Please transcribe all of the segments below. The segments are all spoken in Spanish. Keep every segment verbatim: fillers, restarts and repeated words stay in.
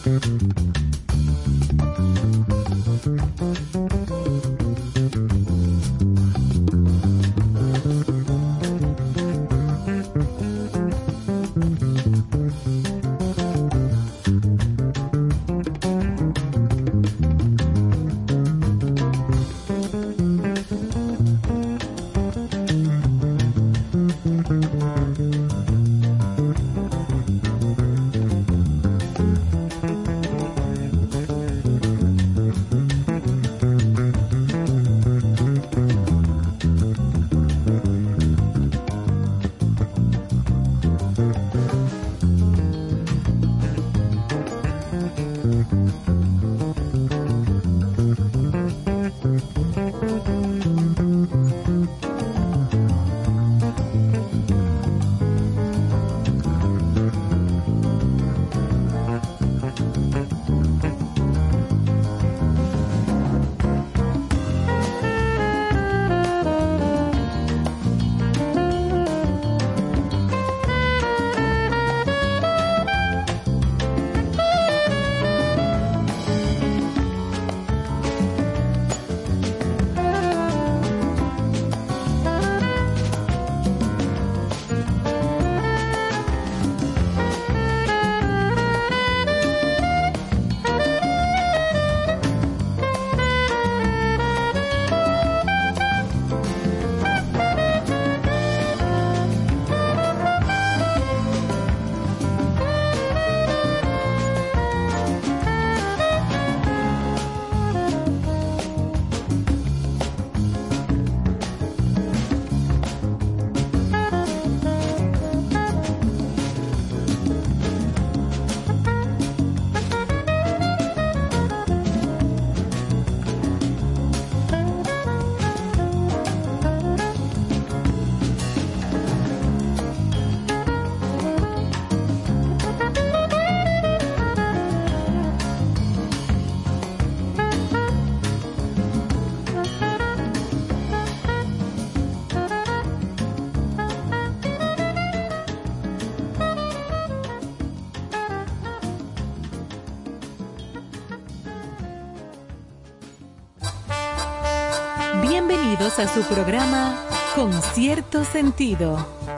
Bienvenidos a su programa Con Cierto Sentido,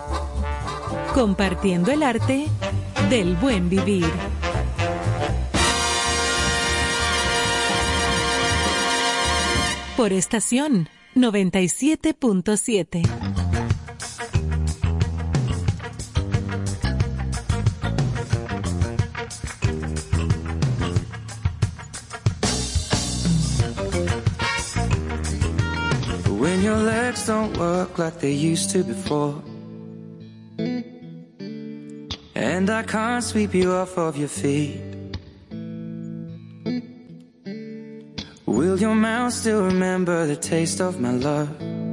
compartiendo el arte del buen vivir. Por estación noventa y siete punto siete. When your legs don't work like they used to before, and I can't sweep you off of your feet, will your mouth still remember the taste of my love?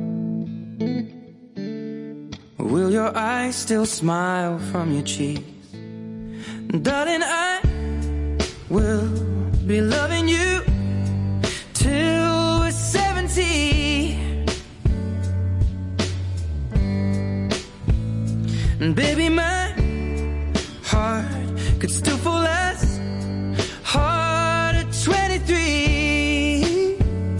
Will your eyes still smile from your cheeks? Darling, I will be loving you till we're seventy. And baby, my heart could still fall as hard at twenty-three.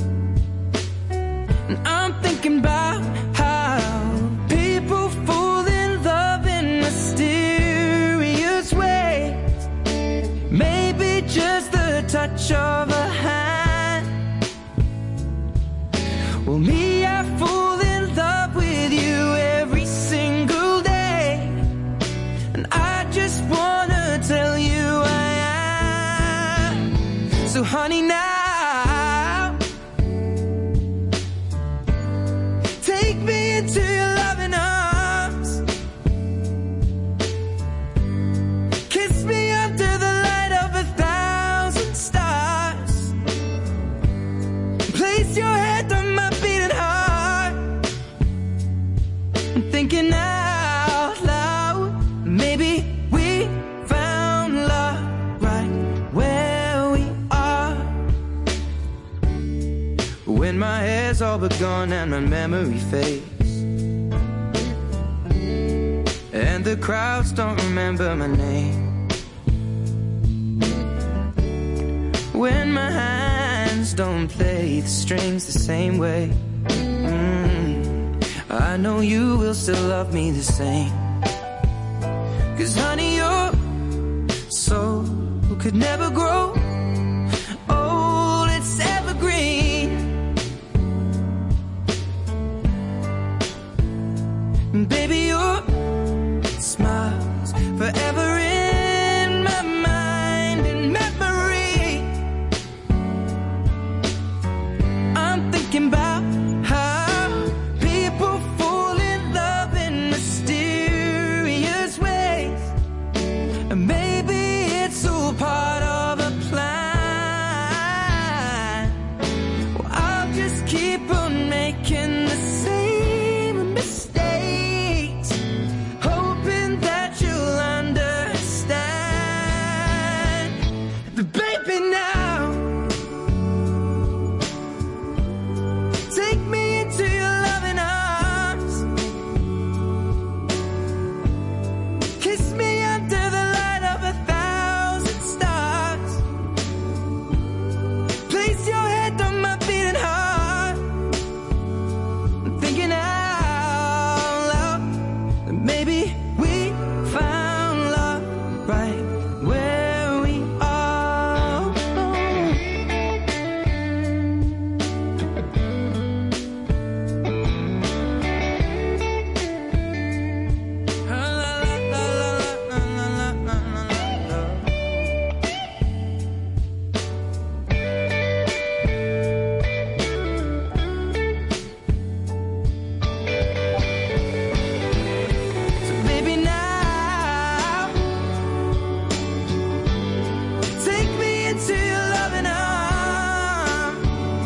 And I'm thinking about how people fall in love in mysterious ways. Maybe just the touch of a hand. Well, me, I fall in love with you every single day. I just wanna tell you I am. So honey, now take me into your loving arms. Kiss me under the light of a thousand stars. Place your head on my beating heart. I'm thinking out loud, maybe we found love right where we are. When my hair's all but gone and my memory fades, and the crowds don't remember my name, when my hands don't play the strings the same way. Mm, I know you will still love me the same. 'Cause honey, your soul could never grow old, it's evergreen. Baby, your smile's forever in my mind and memory. I'm thinking about how people fall in love in mysterious ways. And maybe it's all part of a plan. Well, I'll just keep on making the same mistakes, hoping that you'll understand. But baby, now take me into your loving arms, kiss me under the light of a thousand stars, place your head on my beating heart. I'm thinking out loud that maybe we found love right where we are. So baby, now take me into your loving arms,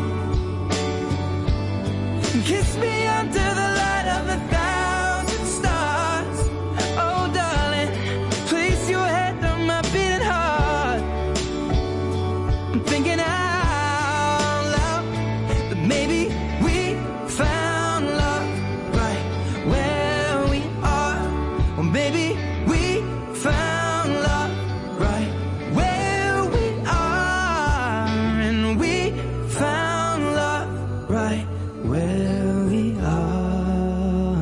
kiss me under the light of a thousand stars. Oh darling, place your head on my beating heart. I'm thinking out loud that maybe we found love right where we are. Or maybe we found love right where we are. And we found love right where we are.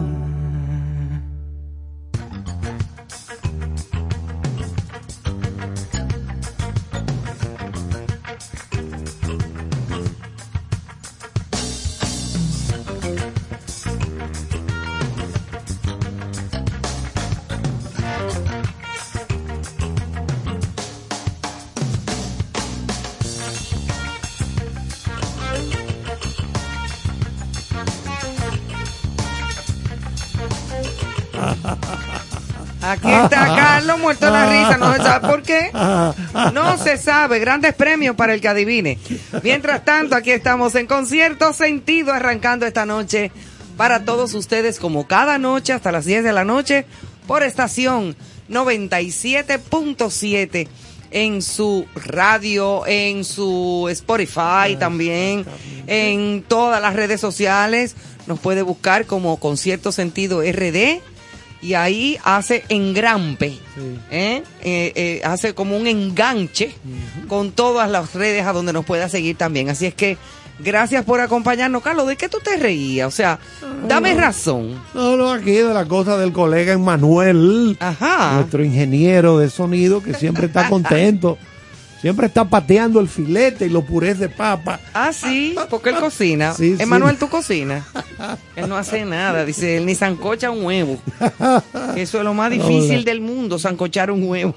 Aquí está Carlos muerto de la risa, no se sabe por qué. No se sabe, grandes premios para el que adivine. Mientras tanto, aquí estamos en Concierto Sentido, arrancando esta noche para todos ustedes, como cada noche, hasta las diez de la noche, por estación noventa y siete punto siete, en su radio, en su Spotify también, en todas las redes sociales. Nos puede buscar como Concierto Sentido R D. Y ahí hace engrampe, sí. ¿eh? Eh, eh, hace como un enganche uh-huh. con todas las redes a donde nos pueda seguir también. Así es que gracias por acompañarnos. Carlos, ¿de qué tú te reías? O sea, dame no, razón. No, no, aquí de la cosa del colega Emmanuel, Ajá. nuestro ingeniero de sonido, que siempre está contento. Siempre está pateando el filete y los purés de papa. Ah, sí, porque él cocina. Sí, Emmanuel, sí. ¿tú cocinas? Él no hace nada, dice él, ni sancocha un huevo. Eso es lo más difícil Hola. del mundo, sancochar un huevo.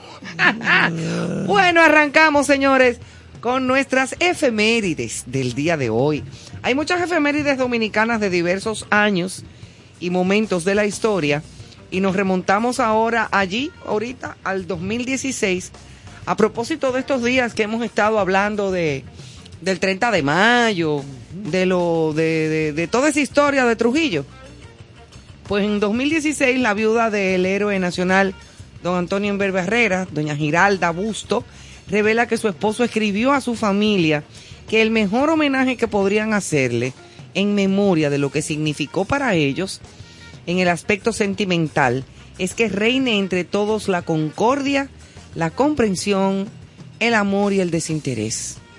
Bueno, arrancamos, señores, con nuestras efemérides del día de hoy. Hay muchas efemérides dominicanas de diversos años y momentos de la historia, y nos remontamos ahora allí, ahorita, al dos mil dieciséis, a propósito de estos días que hemos estado hablando de del treinta de mayo, de lo de, de, de toda esa historia de Trujillo. Pues en dos mil dieciséis la viuda del héroe nacional don Antonio Enver Barrera, doña Giralda Busto, revela que su esposo escribió a su familia que el mejor homenaje que podrían hacerle en memoria de lo que significó para ellos en el aspecto sentimental es que reine entre todos la concordia, la comprensión, el amor y el desinterés.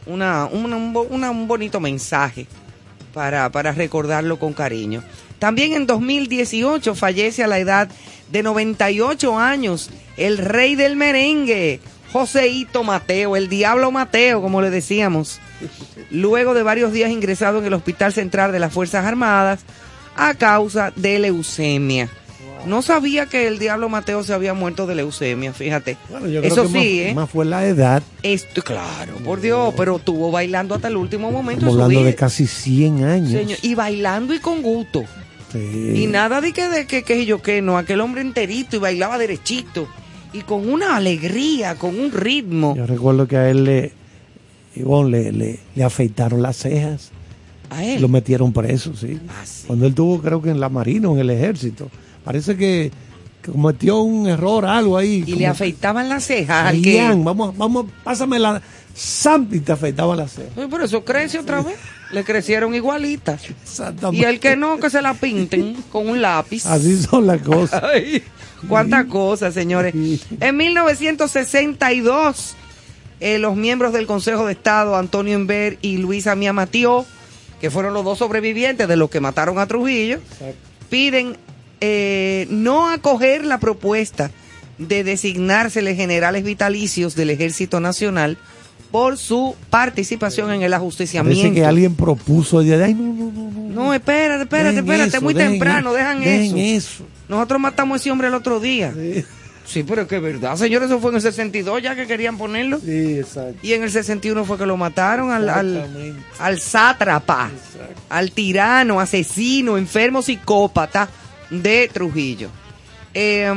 una, una, un, bo- una- un bonito mensaje para, para recordarlo con cariño. También en dos mil dieciocho fallece a la edad de noventa y ocho años el rey del merengue, Joseito Mateo, el Diablo Mateo, como le decíamos, luego de varios días ingresado en el Hospital Central de las Fuerzas Armadas a causa de leucemia. No sabía que el Diablo Mateo se había muerto de leucemia, fíjate. Bueno, yo creo Eso que sí, más, ¿eh? más fue la edad. Esto, claro, por Dios, pero estuvo bailando hasta el último momento de Estamos su hablando vida. de casi cien años. Señor, y bailando y con gusto. Sí. Y nada de que, de que, que yo que no, aquel hombre enterito y bailaba derechito. Y con una alegría, con un ritmo. Yo recuerdo que a él le, Ivonne, le, le, le afeitaron las cejas. A Y él. lo metieron preso, sí. Ah, sí. Cuando él tuvo, creo que en la Marina o en el Ejército. Parece que, que cometió un error, algo ahí. Y como le afeitaban las cejas al que, que... Ian, vamos, vamos, pásame la... Sam, y te afeitaban las cejas. Ay, por eso crece otra vez. Le crecieron igualitas. Y Exactamente. el que no, que se la pinten con un lápiz. Así son las cosas. Ay, cuántas cosas, señores. En mil novecientos sesenta y dos, eh, los miembros del Consejo de Estado, Antonio Enver y Luis Amía Matió, que fueron los dos sobrevivientes de los que mataron a Trujillo, Exacto. piden eh, no acoger la propuesta de designársele generales vitalicios del Ejército Nacional por su participación en el ajusticiamiento. Parece que alguien propuso. Y, ay, no, no, no, no. No, espérate, espérate, Dejen espérate, eso, muy dejen temprano, eso, dejan dejen eso. eso. Nosotros matamos a ese hombre el otro día. Sí, Sí, pero es que es verdad, señores, eso fue en el sesenta y dos ya que querían ponerlo. sí, exacto. Y en el sesenta y uno fue que lo mataron al, al, Exactamente. al sátrapa, Exacto. al tirano, asesino, enfermo, psicópata de Trujillo. Eh,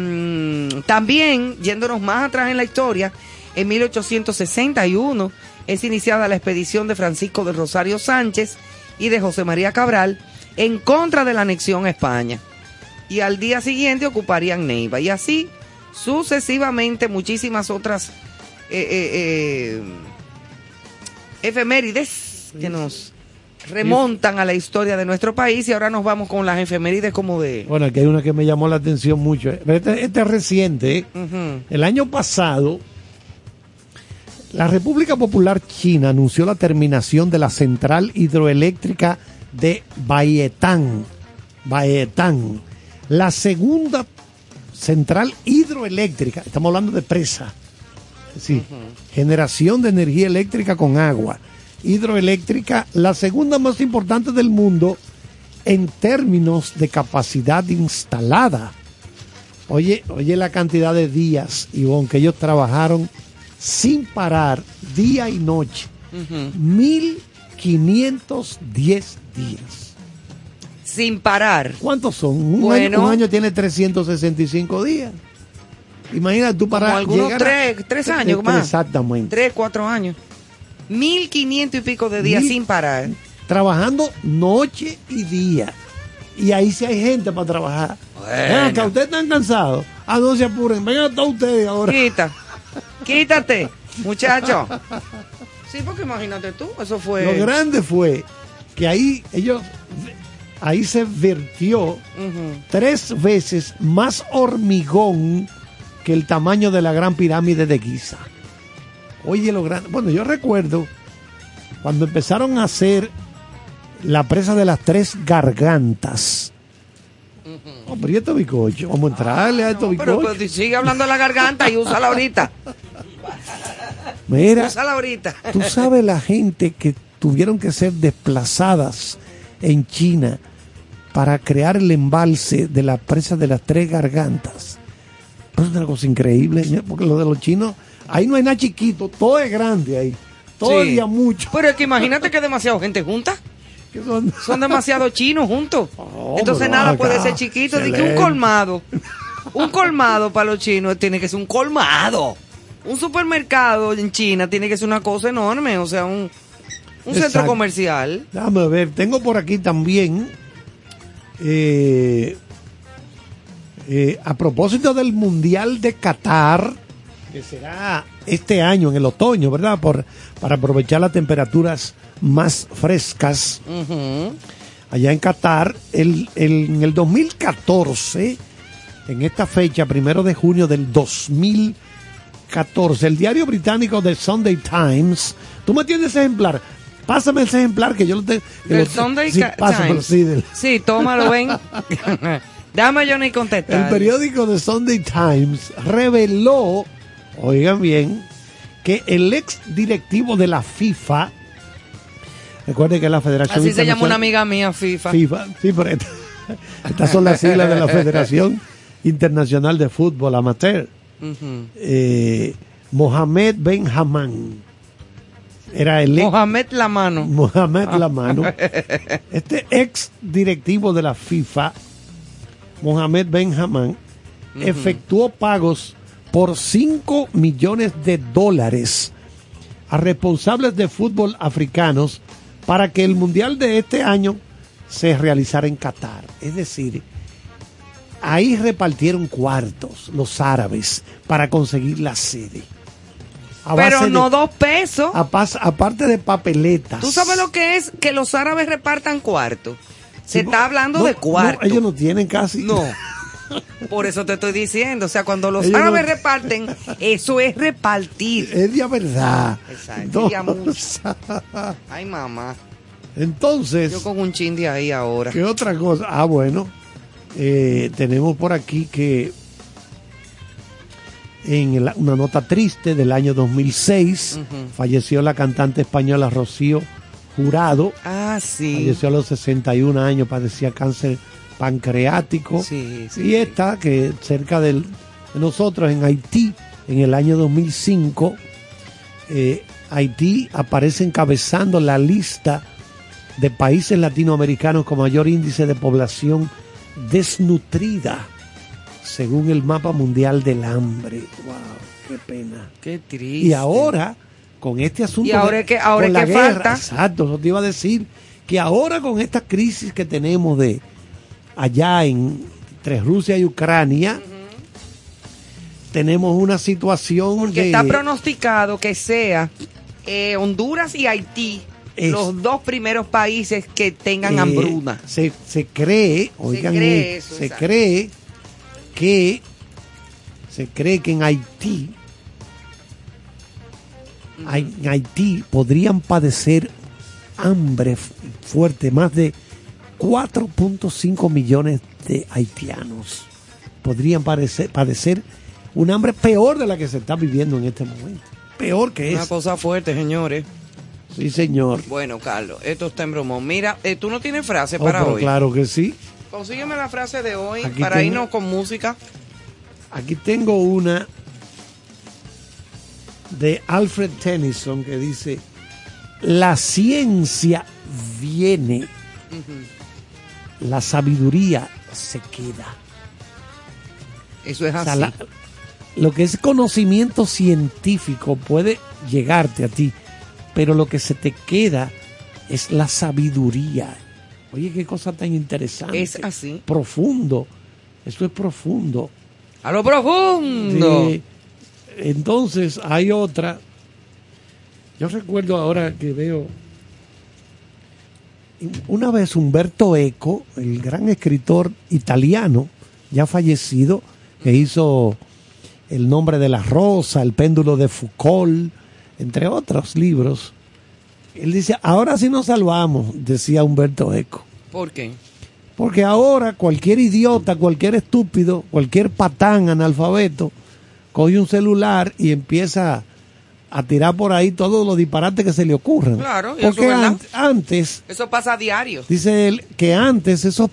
mm, también, yéndonos más atrás en la historia, en mil ochocientos sesenta y uno es iniciada la expedición de Francisco de Rosario Sánchez y de José María Cabral en contra de la anexión a España. Y al día siguiente ocuparían Neiva. Y así sucesivamente muchísimas otras eh, eh, eh, efemérides que nos remontan a la historia de nuestro país. Y ahora nos vamos con las efemérides como de... Bueno, aquí hay una que me llamó la atención mucho. Este, este es reciente. ¿eh? Ujú. El año pasado, la República Popular China anunció la terminación de la central hidroeléctrica de Baiyetán. Baiyetán. La segunda central hidroeléctrica, estamos hablando de presa, sí, uh-huh. generación de energía eléctrica con agua, hidroeléctrica, la segunda más importante del mundo en términos de capacidad instalada. Oye, oye la cantidad de días, Ivonne, que ellos trabajaron sin parar, día y noche, uh-huh. mil quinientos diez días. Sin parar. ¿Cuántos son? Un, bueno, año, un año tiene trescientos sesenta y cinco días. Imagínate tú para algunos llegar tres, a, tres años tres, más. Exactamente. Tres, cuatro años. Mil quinientos y pico de días Mil, sin parar. Trabajando noche y día. Y ahí sí hay gente para trabajar. Bueno. Venga, que ustedes están cansados. Ah, no se apuren. Vengan todos ustedes ahora. Quita. Quítate, muchacho. Sí, porque imagínate tú, eso fue... Lo grande fue que ahí ellos... Ahí se vertió uh-huh. tres veces más hormigón que el tamaño de la Gran Pirámide de Giza. Oye, lo grande. Bueno, yo recuerdo cuando empezaron a hacer la presa de las tres gargantas. Uh-huh. Oh, pero ¿y estos bizcochos? Vamos a entrarle ah, a estos no, bizcochos. Pero, pero sigue hablando de la garganta y úsala ahorita. Mira, úsala ahorita. Tú sabes la gente que tuvieron que ser desplazadas en China para crear el embalse de la presa de las tres gargantas. Es una cosa increíble, ¿eh? Porque lo de los chinos, ahí no hay nada chiquito, todo es grande ahí, todo sí. es mucho. Pero es que imagínate que es demasiado gente junta. Son? son demasiado chinos juntos. Oh, entonces nada acá. Puede ser chiquito, de que un colmado, un colmado para los chinos tiene que ser un colmado. Un supermercado en China tiene que ser una cosa enorme, o sea, un, un centro comercial. Déjame ver, tengo por aquí también, eh, eh, a propósito del Mundial de Qatar, que será este año en el otoño, ¿verdad? Por, para aprovechar las temperaturas más frescas. Uh-huh. Allá en Qatar, el, el, en el dos mil catorce, en esta fecha, primero de junio del dos mil catorce, el diario británico The Sunday Times. ¿Tú me tienes ese ejemplar? Pásame ese ejemplar que yo lo tengo. El Sunday sí, Ca- pásamelo, Times. sí, del- Sí, tómalo, ven. Dame yo ni contestar. El periódico The Sunday Times reveló, oigan bien, que el ex directivo de la FIFA, recuerden que la Federación Así se llama una Internacional- amiga mía, FIFA. FIFA, sí, pero esta- estas son las siglas de la Federación Internacional de Fútbol Amateur. Ujú. Eh, Mohamed Ben Hammam era el ex Mohamed la mano. Mohamed Lamano. Este ex directivo de la FIFA, Mohamed Ben Hammam, efectuó pagos por cinco millones de dólares a responsables de fútbol africanos para que el mundial de este año se realizara en Qatar. Es decir, ahí repartieron cuartos los árabes para conseguir la sede. A Pero base no de- dos pesos. a pas- aparte de papeletas. ¿Tú sabes lo que es que los árabes repartan cuartos? Se Sí, está hablando no, de cuartos. no, ellos no tienen casi. No. Por eso te estoy diciendo. O sea, cuando los Ellos no- árabes reparten, eso es repartir. Es de verdad. Exacto, ya Entonces, Ay, mamá. entonces, Yo con un chin de ahí ahora. ¿qué otra cosa? Ah, bueno, eh, tenemos por aquí que en el- una nota triste del año dos mil seis Ujú. falleció la cantante española Rocío Jurado. Ah, sí. Falleció a los sesenta y un años, padecía cáncer pancreático. Sí, sí, y sí. esta, que cerca del- de nosotros, en Haití, en el año dos mil cinco, eh, Haití aparece encabezando la lista de países latinoamericanos con mayor índice de población desnutrida, según el mapa mundial del hambre. ¡Wow! ¡Qué pena! Qué triste. Y ahora, con este asunto. Y ahora de- es que- ahora con es la que guerra, falta. Exacto, eso te iba a decir. Que ahora, con esta crisis que tenemos de allá en, entre Rusia y Ucrania, tenemos una situación Porque de. está pronosticado que sea eh, Honduras y Haití Es- los dos primeros países que tengan eh, hambruna. Se, se cree, oigan, cree eh, eso, se exacto. cree que. Se cree que en Haití. hay- En Haití podrían padecer hambre f- fuerte, más de cuatro punto cinco millones de haitianos podrían padecer, padecer un hambre peor de la que se está viviendo en este momento. Peor que Una es. cosa fuerte, señores. Sí, señor. Bueno, Carlos, esto está en bromón. Mira, eh, tú no tienes frase Oh, para pero hoy. claro que sí. Consígueme la frase de hoy Aquí para tengo- irnos con música. Aquí tengo una de Alfred Tennyson que dice: la ciencia viene, la sabiduría se queda. Eso es O así. sea, la- lo que es conocimiento científico puede llegarte a ti, pero lo que se te queda es la sabiduría. Oye, qué cosa tan interesante. Es así. Profundo. Eso es profundo. A lo profundo. Sí. Entonces hay otra. Yo recuerdo ahora que veo. Una vez Umberto Eco, el gran escritor italiano, ya fallecido, que hizo El nombre de la rosa, El péndulo de Foucault, entre otros libros. Él dice: ahora sí nos salvamos, decía Umberto Eco. ¿Por qué? Porque ahora cualquier idiota, cualquier estúpido, cualquier patán analfabeto, coge un celular y empieza a tirar por ahí todos los disparates que se le ocurran. Claro, y eso Porque es verdad. an- antes, Eso pasa a diario. dice él, que antes esos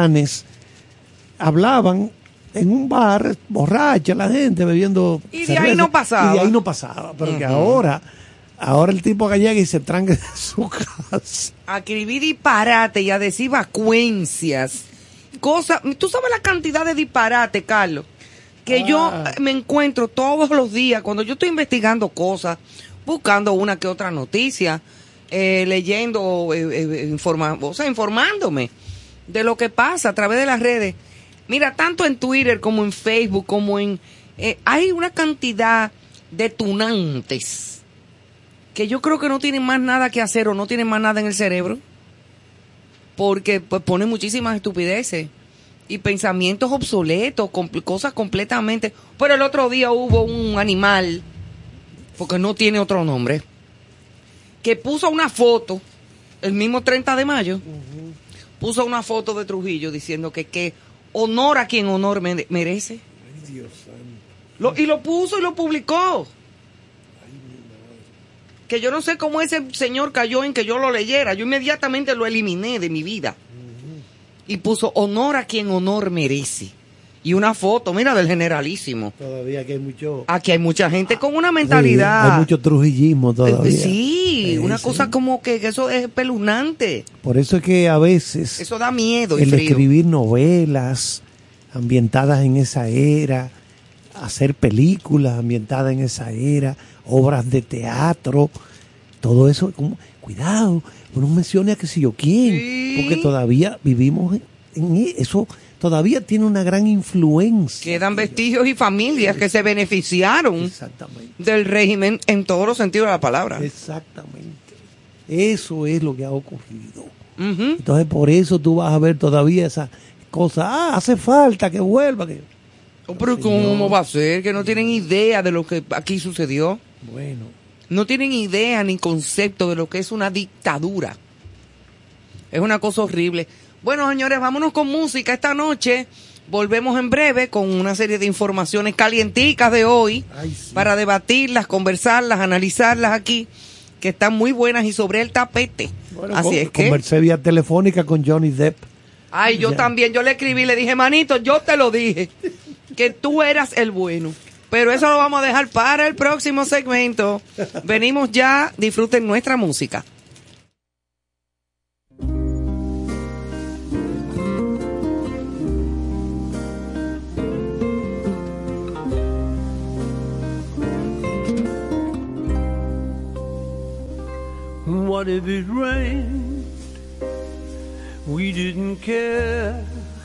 hablaban en un bar, borracha la gente, bebiendo Y de cerveza, ahí no pasaba. Y de ahí no pasaba. Pero que Ujú. ahora, ahora el tipo que llega y se tranca en su casa. A escribir disparate y a decir vacuencias. Cosas. Tú sabes la cantidad de disparate, Carlos, que Ah. yo eh, me encuentro todos los días cuando yo estoy investigando cosas, buscando una que otra noticia, eh, leyendo, eh, eh, informa- o sea, informándome de lo que pasa a través de las redes. Mira, tanto en Twitter como en Facebook, como en... eh, hay una cantidad de tunantes que yo creo que no tienen más nada que hacer o no tienen más nada en el cerebro, porque pues ponen muchísimas estupideces y pensamientos obsoletos, compl- cosas completamente... Pero el otro día hubo un animal porque no tiene otro nombre, que puso una foto, el mismo treinta de mayo, uh-huh. puso una foto de Trujillo diciendo que, que honor a quien honor me, merece. Ay, Dios santo. Lo, y lo puso y lo publicó. Que yo no sé cómo ese señor cayó en que yo lo leyera. Yo inmediatamente lo eliminé de mi vida. Uh-huh. Y puso honor a quien honor merece. Y una foto, mira, del generalísimo. Todavía aquí hay mucho... Aquí hay mucha gente con una mentalidad. Sí, hay mucho trujillismo todavía. Sí, sí una sí. cosa como que, que eso es espeluznante. Por eso es que a veces... Eso da miedo y el frío. Escribir novelas ambientadas en esa era, hacer películas ambientadas en esa era, obras de teatro, todo eso, como, cuidado, no mencione a que si yo quién, sí. porque todavía vivimos en, en eso, todavía tiene una gran influencia. Quedan vestigios y familias que se beneficiaron Exactamente. del régimen en todos los sentidos de la palabra. Exactamente. Eso es lo que ha ocurrido. Uh-huh. Entonces por eso tú vas a ver todavía esa cosa, ah, hace falta que vuelva, que... Oh, pero ¿cómo va a ser? Que no tienen idea de lo que aquí sucedió. Bueno. No tienen idea ni concepto de lo que es una dictadura. Es una cosa horrible. Bueno, señores, vámonos con música esta noche. Volvemos en breve con una serie de informaciones calienticas de hoy. Ay, sí. Para debatirlas, conversarlas, analizarlas aquí, que están muy buenas y sobre el tapete. Bueno, Así con, es que... Conversé vía telefónica con Johnny Depp. Ay, yo ya. también, yo le escribí, le dije, manito, yo te lo dije, que tú eras el bueno. Pero eso lo vamos a dejar para el próximo segmento. Venimos ya, disfruten nuestra música. What if it rained? We didn't care.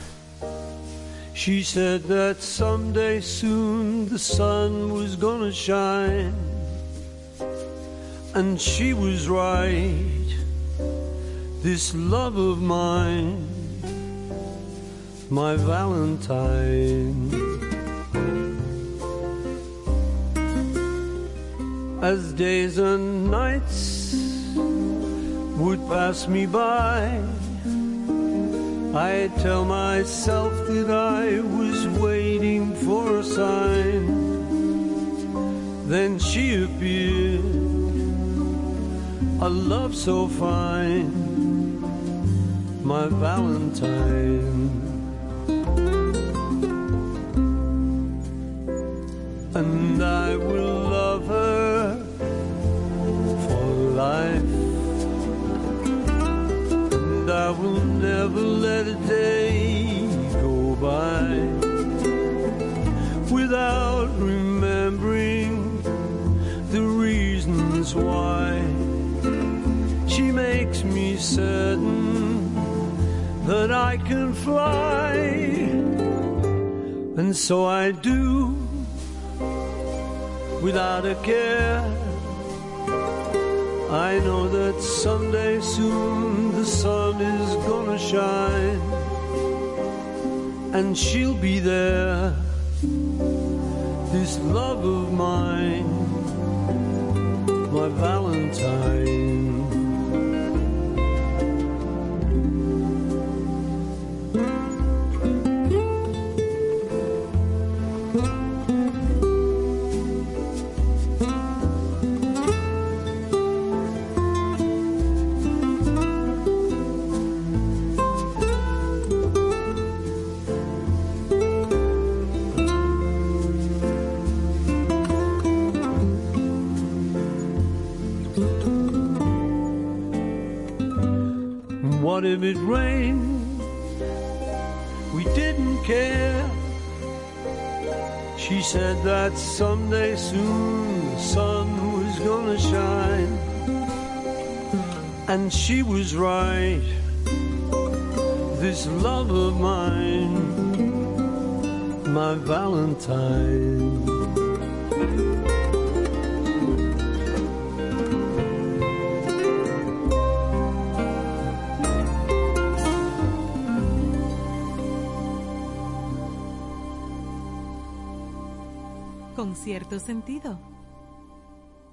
She said that someday soon the sun was gonna shine. And she was right. This love of mine, my Valentine. As days and nights would pass me by, I tell myself that I was waiting for a sign. Then she appeared, a love so fine, my Valentine. And I will love her for life. I will never let a day go by without remembering the reasons why. She makes me certain that I can fly, and so I do without a care. I know that someday soon the sun is gonna shine, and she'll be there, this love of mine, my Valentine. What if it rained? We didn't care. She said that someday soon the sun was gonna shine, and she was right. This love of mine, my Valentine. Con cierto sentido.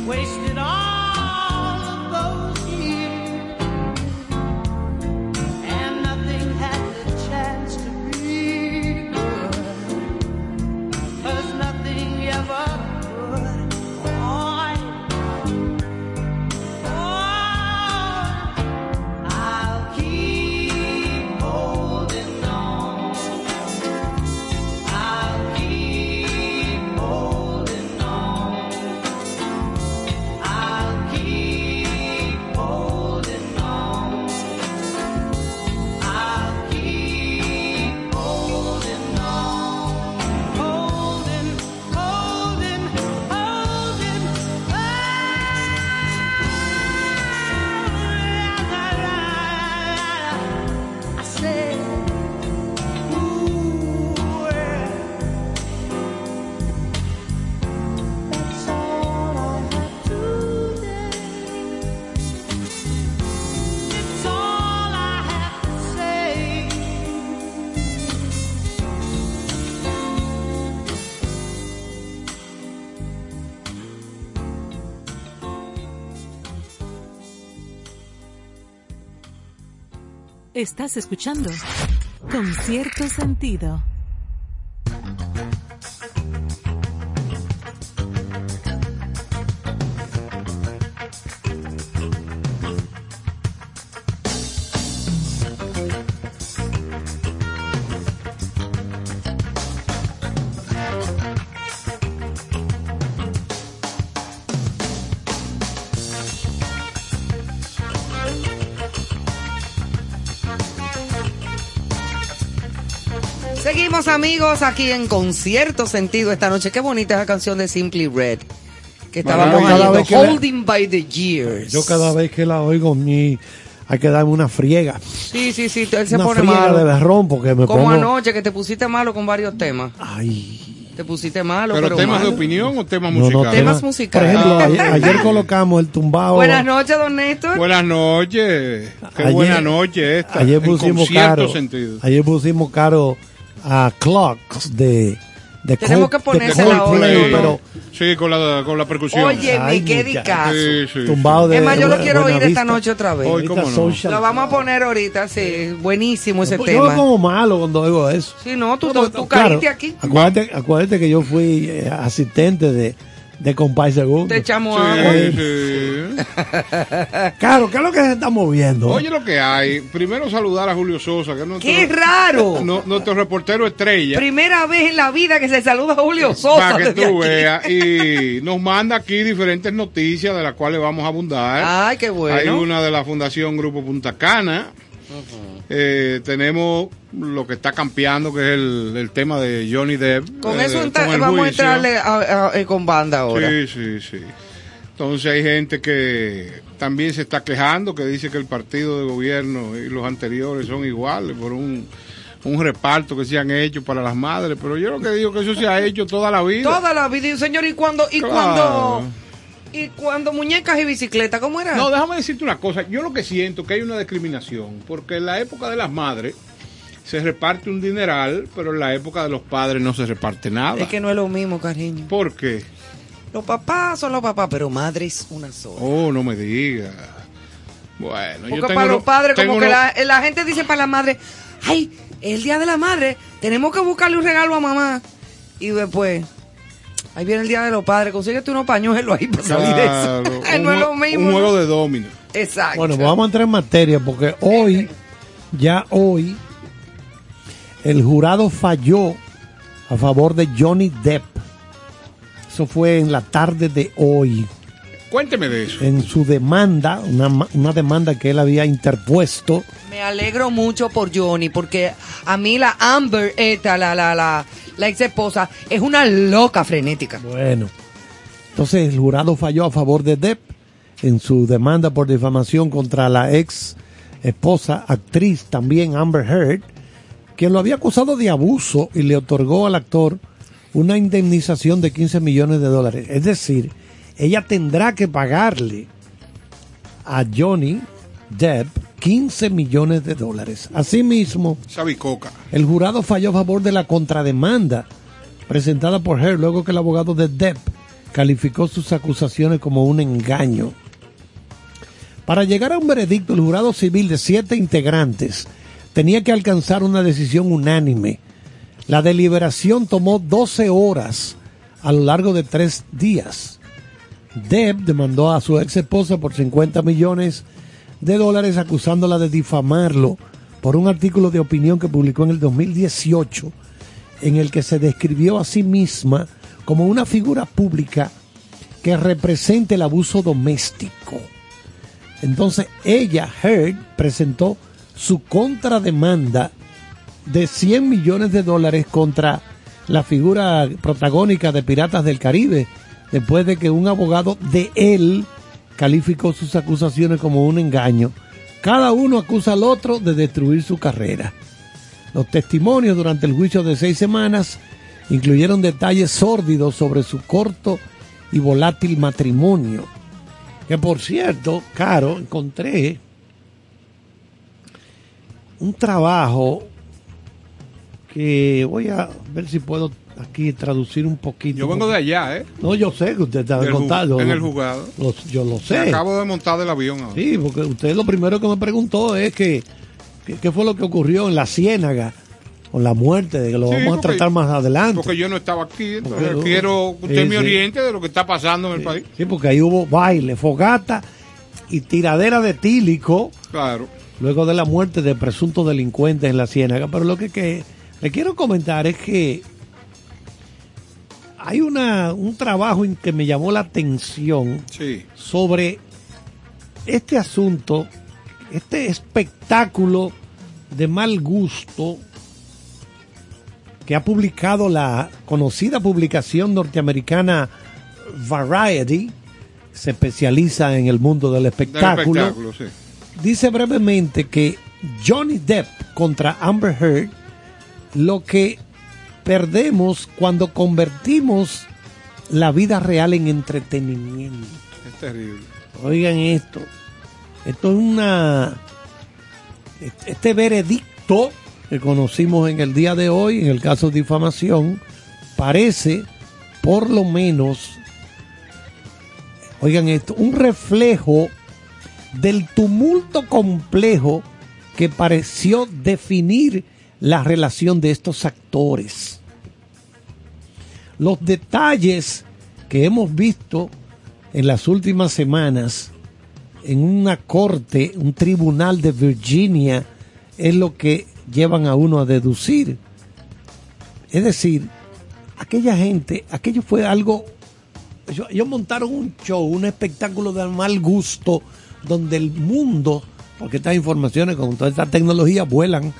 wasted all of those years, and nothing had the chance to be good, 'cause nothing ever could. Oh, oh, I'll keep holding on. I'll keep holding on. I'll keep holding on. I'll keep holding on. Holding, holding, holding on. I said, ooh, that's all I have today. It's all I have to say. Estás escuchando Con Cierto Sentido. Seguimos, amigos, aquí en Con Cierto Sentido esta noche. Qué bonita esa canción de Simply Red que estábamos Bueno, cada oyendo, vez que la- Holding by the Years. Yo cada vez que la oigo, mi, hay que darme una friega. Sí, sí, sí, él se Una pone friega malo. de berrón porque me Como pongo... anoche que te pusiste malo con varios temas. Ay, Te pusiste malo, ¿Pero pero, temas de malo. opinión o temas no, no, musicales? Temas tema- musicales. Por ejemplo, Ah, ayer, ok. ayer colocamos el tumbado. Buenas noches, don Néstor. Buenas noches. Qué Ayer- buena noche esta. Ayer en pusimos con cierto caro. sentido. Ayer pusimos caro a Clocks de, de Tenemos Cold- que de ponérsela Coldplay, hoy, ¿no? pero Sí, con la, con la percusión. Oye, Ay, qué muchacho. dicazo. Sí, sí, tumbado de Es más, yo lo Bu- quiero oír Buenavista. esta noche otra vez. Hoy, ¿cómo Buenavista no? Social. Lo vamos a poner ahorita, sí. Buenísimo ese Yo tema. me pongo malo cuando oigo eso. Sí, no, tú, No, tú, tú claro, caíste aquí. Acuérdate, acuérdate que yo fui eh, asistente de, de Compay Segundo. Te echamos Sí, agua. sí. Claro, ¿qué es lo que se está moviendo? Oye, lo que hay. Primero saludar a Julio Sosa, que es nuestro, ¡Qué raro! no- nuestro reportero estrella. Primera vez en la vida que se saluda a Julio Sosa. Para que desde tú aquí. veas. Y nos manda aquí diferentes noticias de las cuales vamos a abundar. Ay, qué bueno. Hay una de la Fundación Grupo Punta Cana. Eh, tenemos lo que está campeando, que es el, el tema de Johnny Depp. Con eh, eso entra- con el vamos a juicio. entrarle a- a- eh, con banda ahora. Sí, sí, sí. Entonces hay gente que también se está quejando, que dice que el partido de gobierno y los anteriores son iguales por un, un reparto que se han hecho para las madres. Pero yo lo que digo que eso se ha hecho toda la vida. Toda la vida, señor, y cuando, y Claro. cuando, y cuando muñecas y bicicleta, ¿cómo era? No, déjame decirte una cosa. Yo lo que siento que hay una discriminación, porque en la época de las madres se reparte un dineral, pero en la época de los padres no se reparte nada. Es que no es lo mismo, cariño. ¿Por qué? Los papás son los papás, pero madre es una sola. Oh, no me digas. Bueno, yo Porque tengo para uno- los padres, tengo como que uno- la, la gente dice para la madre, ay, el día de la madre, tenemos que buscarle un regalo a mamá. Y después, ahí viene el día de los padres, consíguete unos pañuelos ahí para salir de Claro, eso. Ay, un no es jue- lo mismo. Un juego ¿no? de domino. Exacto. Bueno, pues vamos a entrar en materia porque hoy, ya hoy, el jurado falló a favor de Johnny Depp. Eso fue en la tarde de hoy, Cuénteme de eso. en su demanda, una, ma- una demanda que él había interpuesto. Me alegro mucho por Johnny, porque a mí la Amber, esta, la, la, la, la ex esposa, es una loca frenética. Bueno, entonces el jurado falló a favor de Depp en su demanda por difamación contra la ex esposa, actriz también Amber Heard, quien lo había acusado de abuso y le otorgó al actor una indemnización de quince millones de dólares. Es decir, ella tendrá que pagarle a Johnny Depp quince millones de dólares. Asimismo, Sabicoca. el jurado falló a favor de la contrademanda presentada por Heard luego que el abogado de Depp calificó sus acusaciones como un engaño. Para llegar a un veredicto, el jurado civil de siete integrantes tenía que alcanzar una decisión unánime. La deliberación tomó doce horas a lo largo de tres días. Depp demandó a su ex esposa por cincuenta millones de dólares acusándola de difamarlo por un artículo de opinión que publicó en el dos mil dieciocho en el que se describió a sí misma como una figura pública que representa el abuso doméstico. Entonces ella, Heard, presentó su contrademanda de cien millones de dólares contra la figura protagónica de Piratas del Caribe, después de que un abogado de él calificó sus acusaciones como un engaño. Cada uno acusa al otro de destruir su carrera. Los testimonios durante el juicio de seis semanas incluyeron detalles sórdidos sobre su corto y volátil matrimonio. Que por cierto, Caro, encontré un trabajo que voy a ver si puedo aquí traducir un poquito. Yo vengo de allá, ¿eh? No, yo sé que usted está contando. En el juzgado. Lo, yo lo sé. Me acabo de montar del avión ahora. Sí, porque usted lo primero que me preguntó es que qué fue lo que ocurrió en la Ciénaga con la muerte, de que lo sí, vamos porque, a tratar más adelante. Porque yo no estaba aquí, entonces porque, quiero que usted sí, me oriente sí. de lo que está pasando en el sí, país. Sí, porque ahí hubo baile, fogata y tiradera de tílico. Claro. Luego de la muerte de presuntos delincuentes en la Ciénaga. Pero lo que, que le quiero comentar es que hay una un trabajo en que me llamó la atención sí. sobre este asunto, este espectáculo de mal gusto que ha publicado la conocida publicación norteamericana Variety, se especializa en el mundo del espectáculo. Del espectáculo, sí. Dice brevemente que Johnny Depp contra Amber Heard, lo que perdemos cuando convertimos la vida real en entretenimiento. Es terrible. Oigan esto. Esto es una... Este veredicto que conocimos en el día de hoy, en el caso de difamación, parece, por lo menos, oigan esto, un reflejo del tumulto complejo que pareció definir la relación de estos actores. Los detalles que hemos visto en las últimas semanas en una corte, un tribunal de Virginia, es lo que llevan a uno a deducir. Es decir, aquella gente, aquello fue algo, ellos, ellos montaron un show, un espectáculo de mal gusto, donde el mundo, porque estas informaciones con toda esta tecnología vuelan,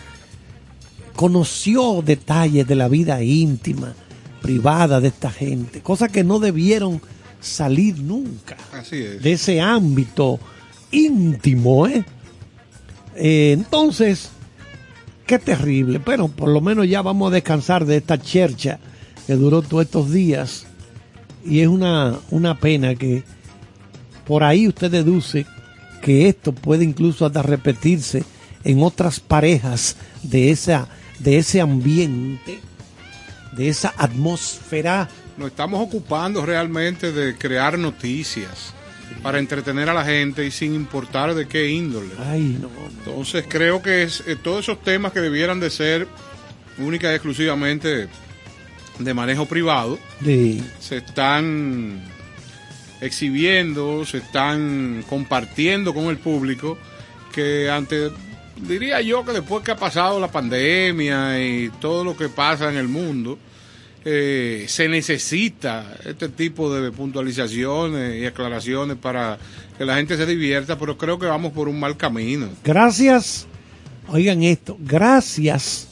conoció detalles de la vida íntima, privada de esta gente, cosas que no debieron salir nunca. Así es. De ese ámbito íntimo, ¿eh? Eh, entonces, qué terrible, pero por lo menos ya vamos a descansar de esta chercha que duró todos estos días, y es una, una pena que por ahí usted deduce que esto puede incluso hasta repetirse en otras parejas de esa, de ese ambiente, de esa atmósfera. Nos estamos ocupando realmente de crear noticias para entretener a la gente y sin importar de qué índole. Ay, no, no. Entonces creo que es, eh, todos esos temas que debieran de ser única y exclusivamente de manejo privado, sí, se están exhibiendo, se están compartiendo con el público, que ante, diría yo que después que ha pasado la pandemia y todo lo que pasa en el mundo, Eh, se necesita este tipo de puntualizaciones y aclaraciones para que la gente se divierta, pero creo que vamos por un mal camino. Gracias, oigan esto, gracias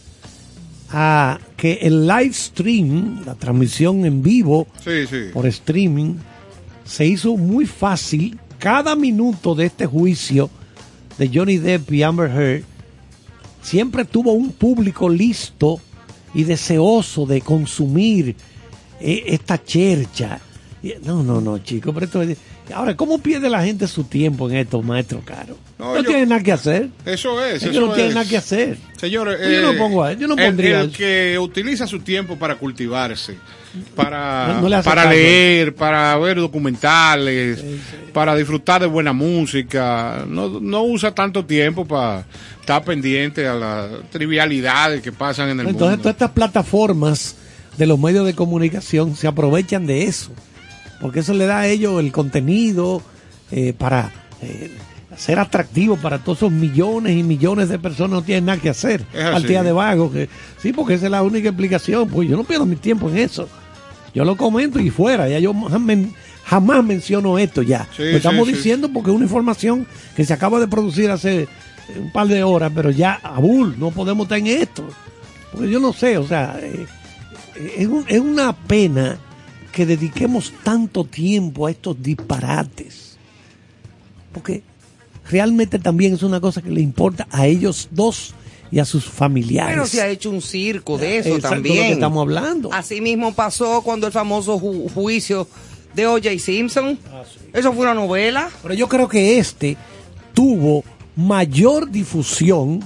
a que el live stream, la transmisión en vivo, sí, sí, por streaming, se hizo muy fácil. Cada minuto de este juicio de Johnny Depp y Amber Heard siempre tuvo un público listo y deseoso de consumir eh, esta chercha. No, no, no, chicos, pero esto es, Ahora, ¿cómo pierde la gente su tiempo en esto, maestro Caro? No, No, yo- tienen nada que hacer. Eso es, Ellos eso no tienen es. nada que hacer. Señores, Yo no pongo a- yo no el- pondría el, eso. que utiliza su tiempo para cultivarse, para, No- no le hace para caso. leer, para ver documentales, para disfrutar de buena música, no, no usa tanto tiempo para estar pendiente a las trivialidades que pasan en el Entonces, mundo. todas estas plataformas de los medios de comunicación se aprovechan de eso, porque eso le da a ellos el contenido eh, para eh, ser atractivo para todos esos millones y millones de personas. No tienen nada que hacer, Es así. partida de vago. Que, sí, porque esa es la única explicación. Pues yo no pierdo mi tiempo en eso. Yo lo comento y fuera. Ya yo jamás, jamás menciono esto ya. Sí, lo sí, estamos sí. diciendo porque es una información que se acaba de producir hace un par de horas, pero ya, abul, no podemos estar en esto. Porque yo no sé, o sea, eh, es, un- es una pena que dediquemos tanto tiempo a estos disparates. Porque realmente también es una cosa que le importa a ellos dos y a sus familiares. Pero se ha hecho un circo de eso Exacto, también. lo que estamos hablando. Así mismo pasó cuando el famoso ju- juicio de O J Simpson. Eso fue una novela. Pero yo creo que este tuvo mayor difusión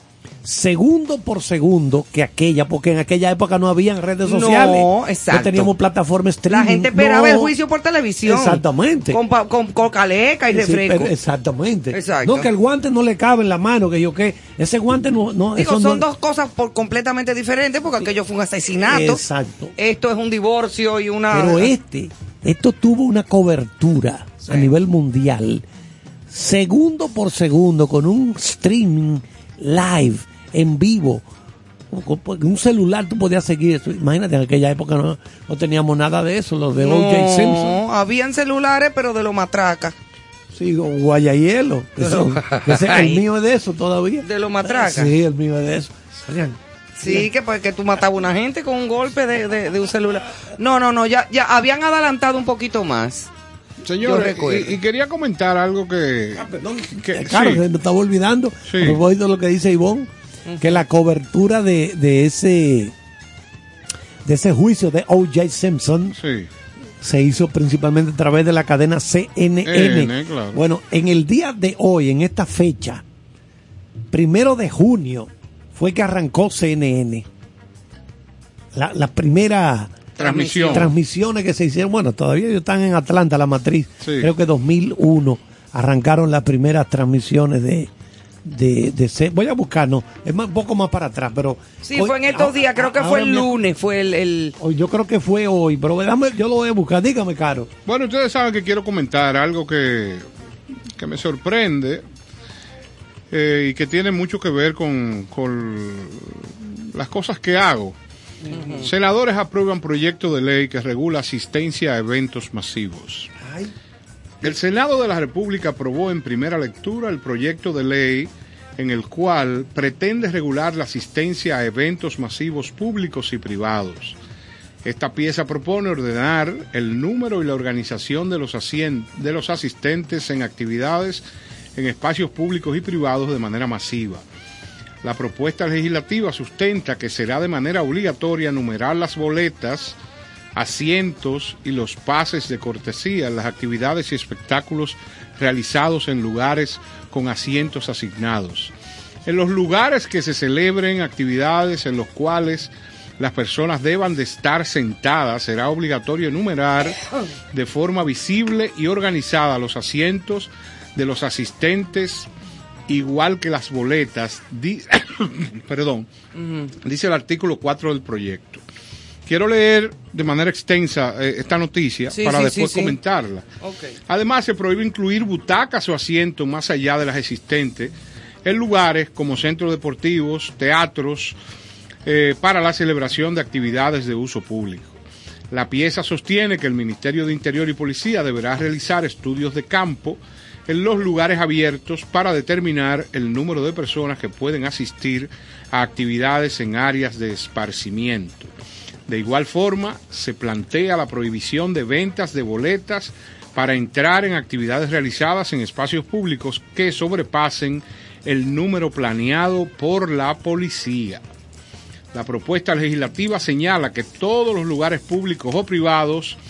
segundo por segundo que aquella, porque en aquella época no habían redes No, sociales. exacto. No teníamos plataformas streaming. La gente esperaba no. el juicio por televisión. Exactamente. Con, pa- con, con caleca y Sí, refresco. pero- exactamente. Exacto. No, que el guante no le cabe en la mano, que yo que ese guante no, no Digo, eso son no- dos cosas por completamente diferentes porque aquello fue un asesinato. Exacto. Esto es un divorcio y una... Pero este, esto tuvo una cobertura Sí. a nivel mundial, segundo por segundo, con un streaming live, en vivo. Con- con un celular tú podías seguir eso. Imagínate, en aquella época no, no teníamos nada de eso, los de O J Simpson. No, habían celulares, pero de lo matraca. Sí, con guayahielo. que son- que ese- el mío es de eso todavía. De lo matraca. Sí, el mío es de eso. Oigan, Sí, que pues que tú matabas a una gente con un golpe de, de, de un celular. No, no, no, ya, ya habían adelantado un poquito más. Yo Señores, recuerdo. y, y quería comentar algo que... que- Claro, sí. se me estaba olvidando, Sí. a propósito de lo que dice Ivonne, que la cobertura de, de ese de ese juicio de O J Simpson Sí. se hizo principalmente a través de la cadena C N N. N, claro. Bueno, en el día de hoy, en esta fecha, primero de junio, fue que arrancó C N N. La, la primera Transmisión. transmisiones que se hicieron, bueno, todavía ellos están en Atlanta, la matriz. Sí. Creo que dos mil uno arrancaron las primeras transmisiones de de, de C- voy a buscar, no, es más, un poco más para atrás, pero Sí, hoy- fue en estos a- días, creo que ahora fue el me- lunes, fue el... el- hoy yo creo que fue hoy, pero déjame, yo lo voy a buscar, dígame, Caro. Bueno, ustedes saben que quiero comentar algo que, que me sorprende eh, y que tiene mucho que ver con, con las cosas que hago. Senadores aprueban proyecto de ley que regula asistencia a eventos masivos. El Senado de la República aprobó en primera lectura el proyecto de ley en el cual pretende regular la asistencia a eventos masivos públicos y privados. Esta pieza propone ordenar el número y la organización de los, asien- de los asistentes en actividades en espacios públicos y privados de manera masiva. La propuesta legislativa sustenta que será de manera obligatoria numerar las boletas, asientos y los pases de cortesía en las actividades y espectáculos realizados en lugares con asientos asignados. En los lugares que se celebren actividades en los cuales las personas deban de estar sentadas, será obligatorio enumerar de forma visible y organizada los asientos de los asistentes, igual que las boletas, di- perdón, dice el artículo cuatro del proyecto. Quiero leer de manera extensa eh, esta noticia Sí, para sí, después sí, sí. comentarla. Ok. Además, se prohíbe incluir butacas o asientos más allá de las existentes en lugares como centros deportivos, teatros, eh, para la celebración de actividades de uso público. La pieza sostiene que el Ministerio de Interior y Policía deberá realizar estudios de campo en los lugares abiertos para determinar el número de personas que pueden asistir a actividades en áreas de esparcimiento. De igual forma, se plantea la prohibición de ventas de boletas para entrar en actividades realizadas en espacios públicos que sobrepasen el número planeado por la policía. La propuesta legislativa señala que todos los lugares públicos o privados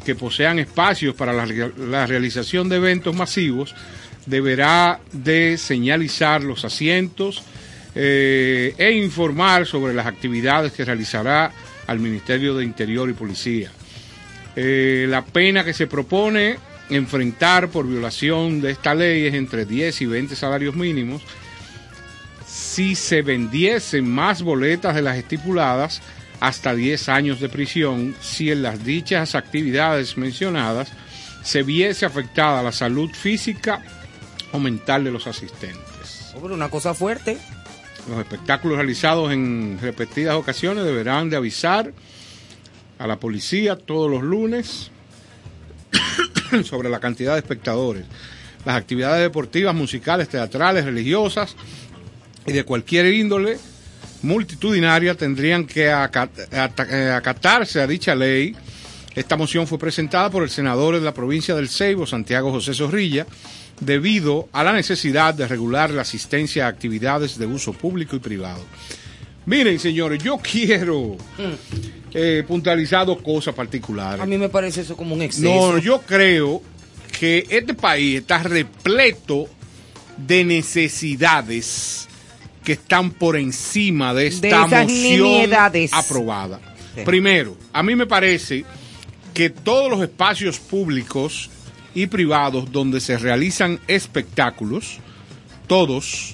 que posean espacios para la, la realización de eventos masivos deberá de señalizar los asientos eh, e informar sobre las actividades que realizará al Ministerio de Interior y Policía. Eh, la pena que se propone enfrentar por violación de esta ley es entre diez y veinte salarios mínimos. Si se vendiesen más boletas de las estipuladas, hasta diez años de prisión si en las dichas actividades mencionadas se viese afectada la salud física o mental de los asistentes. Hombre, una cosa fuerte. Los espectáculos realizados en repetidas ocasiones deberán de avisar a la policía todos los lunes sobre la cantidad de espectadores. Las actividades deportivas, musicales, teatrales, religiosas y de cualquier índole multitudinaria tendrían que acatarse a dicha ley. Esta moción fue presentada por el senador de la provincia del Ceibo, Santiago José Zorrilla, debido a la necesidad de regular la asistencia a actividades de uso público y privado. Miren, señores, yo quiero eh, puntualizar dos cosas particulares. A mí me parece eso como un exceso. No, yo creo que este país está repleto de necesidades que están por encima de esta de moción aprobada. Sí. Primero, a mí me parece que todos los espacios públicos y privados donde se realizan espectáculos, todos,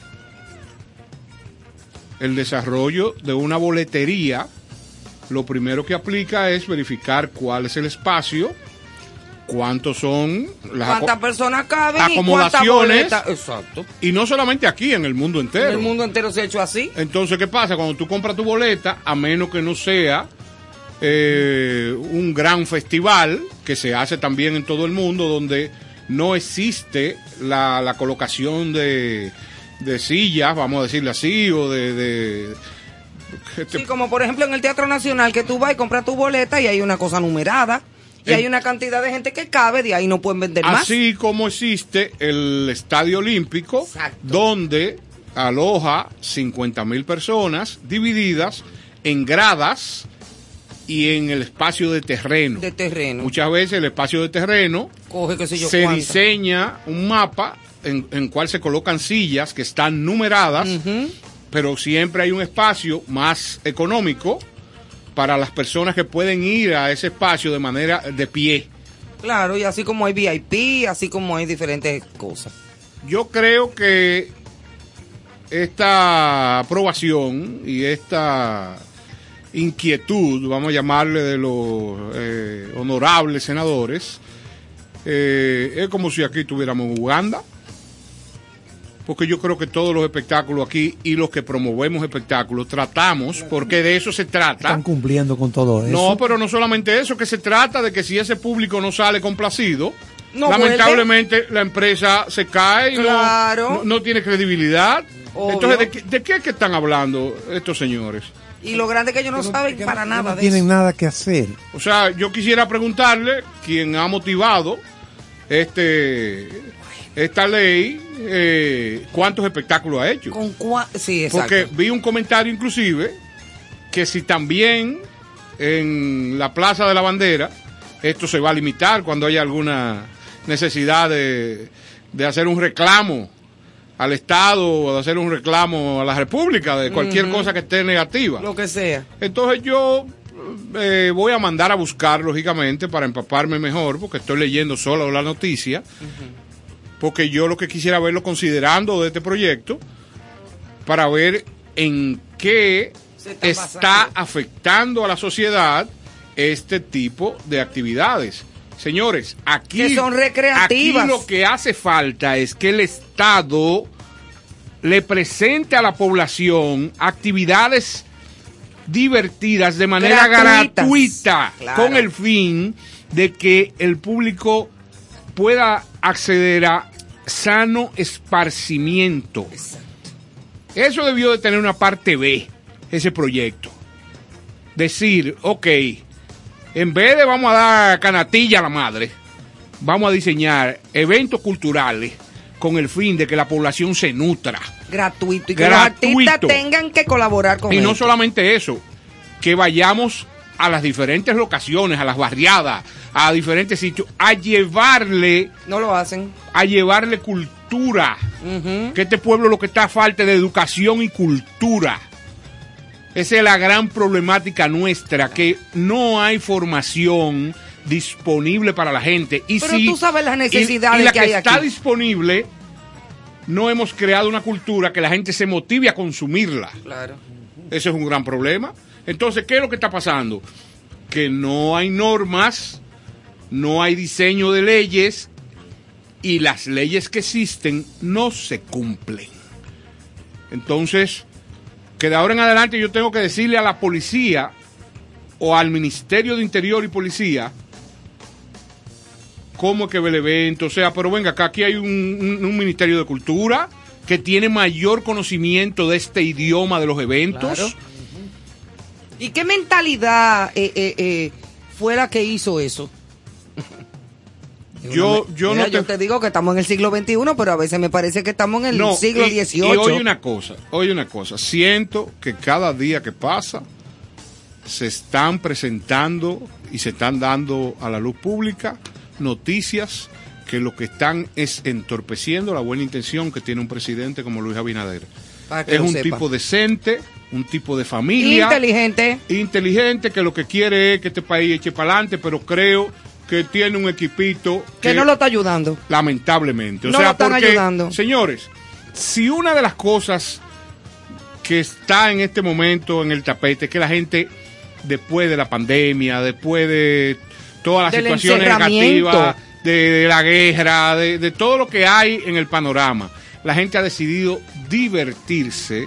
el desarrollo de una boletería, lo primero que aplica es verificar cuál es el espacio, cuántos son las cuántas personas caben acomodaciones, y cuántas boletas. Exacto. Y no solamente aquí, en el mundo entero. En el mundo entero se ha hecho así. Entonces, ¿qué pasa? Cuando tú compras tu boleta, a menos que no sea eh, un gran festival, que se hace también en todo el mundo, donde no existe la, la colocación de, de sillas, vamos a decirle así, o de... de este... Sí, como por ejemplo en el Teatro Nacional, que tú vas y compras tu boleta y hay una cosa numerada. Y hay una cantidad de gente que cabe, de ahí no pueden vender más. Así como existe el Estadio Olímpico, exacto, donde aloja cincuenta mil personas divididas en gradas y en el espacio de terreno. De terreno. Muchas veces el espacio de terreno Coge, qué sé yo, se cuánto. diseña un mapa en, en cual se colocan sillas que están numeradas, uh-huh, pero siempre hay un espacio más económico para las personas que pueden ir a ese espacio de manera de pie. Claro, y así como hay V I P, así como hay diferentes cosas. Yo creo que esta aprobación y esta inquietud, vamos a llamarle, de los eh, honorables senadores, eh, es como si aquí tuviéramos Uganda. Porque yo creo que todos los espectáculos aquí y los que promovemos espectáculos tratamos, porque de eso se trata. Están cumpliendo con todo eso. No, pero no solamente eso, que se trata de que si ese público no sale complacido, no lamentablemente vuelve, la empresa se cae y claro, no, no, no tiene credibilidad. Obvio. Entonces, ¿de qué, ¿de qué es que están hablando estos señores? Y lo grande es que ellos no, no saben que para no, nada no de tienen eso. nada que hacer. O sea, yo quisiera preguntarle quién ha motivado este esta ley, eh, ¿cuántos espectáculos ha hecho? Con cua sí, exacto. Porque vi un comentario inclusive que si también en la Plaza de la Bandera esto se va a limitar cuando haya alguna necesidad de, de hacer un reclamo al Estado o de hacer un reclamo a la República de cualquier uh-huh, cosa que esté negativa. Lo que sea. Entonces yo eh, voy a mandar a buscar, lógicamente, para empaparme mejor, porque estoy leyendo solo la noticia. Uh-huh. Porque yo lo que quisiera verlo considerando de este proyecto para ver en qué está, está afectando a la sociedad este tipo de actividades. Señores, aquí, que son recreativas. Aquí lo que hace falta es que el Estado le presente a la población actividades divertidas de manera gratuitas, gratuita, claro, con el fin de que el público pueda acceder a sano esparcimiento. Exacto. Eso debió de tener una parte B, ese proyecto. Decir, ok, en vez de vamos a dar canatilla a la madre, vamos a diseñar eventos culturales con el fin de que la población se nutra. Gratuito. Y que Gratuito. Los artistas tengan que colaborar con Y esto. no solamente eso, que vayamos a las diferentes locaciones, a las barriadas, a diferentes sitios, a llevarle, No lo hacen. a llevarle cultura. Ujú. Que este pueblo lo que está a falta de educación y cultura. Esa es la gran problemática nuestra, que no hay formación disponible para la gente. Y Pero si, tú sabes las y- necesidades y la que que, hay está aquí. disponible, no hemos creado una cultura que la gente se motive a consumirla. Claro. Ese es un gran problema. Entonces, ¿qué es lo que está pasando? Que no hay normas, no hay diseño de leyes y las leyes que existen no se cumplen. Entonces, que de ahora en adelante yo tengo que decirle a la policía o al Ministerio de Interior y Policía cómo es que ve el evento. O sea, pero venga, acá aquí hay un, un- un Ministerio de Cultura que tiene mayor conocimiento de este idioma de los eventos. Claro. ¿Y qué mentalidad eh, eh, eh, fue la que hizo eso? Yo, yo Mira, no te... yo te digo que estamos en el siglo veintiuno, pero a veces me parece que estamos en el No, siglo y- dieciocho. Y oye una cosa, oye una cosa, siento que cada día que pasa se están presentando y se están dando a la luz pública noticias que lo que están es entorpeciendo la buena intención que tiene un presidente como Luis Abinader. Para que Es lo un sepa. tipo decente, un tipo de familia, Inteligente. inteligente, que lo que quiere es que este país eche para adelante, pero creo que tiene un equipito Que no lo está ayudando. lamentablemente. O No sea, lo están porque, ayudando. señores, si una de las cosas que está en este momento en el tapete es que la gente, después de la pandemia, después de todas las Del situaciones encerramiento. negativas, de, de la guerra, de, de todo lo que hay en el panorama, la gente ha decidido divertirse.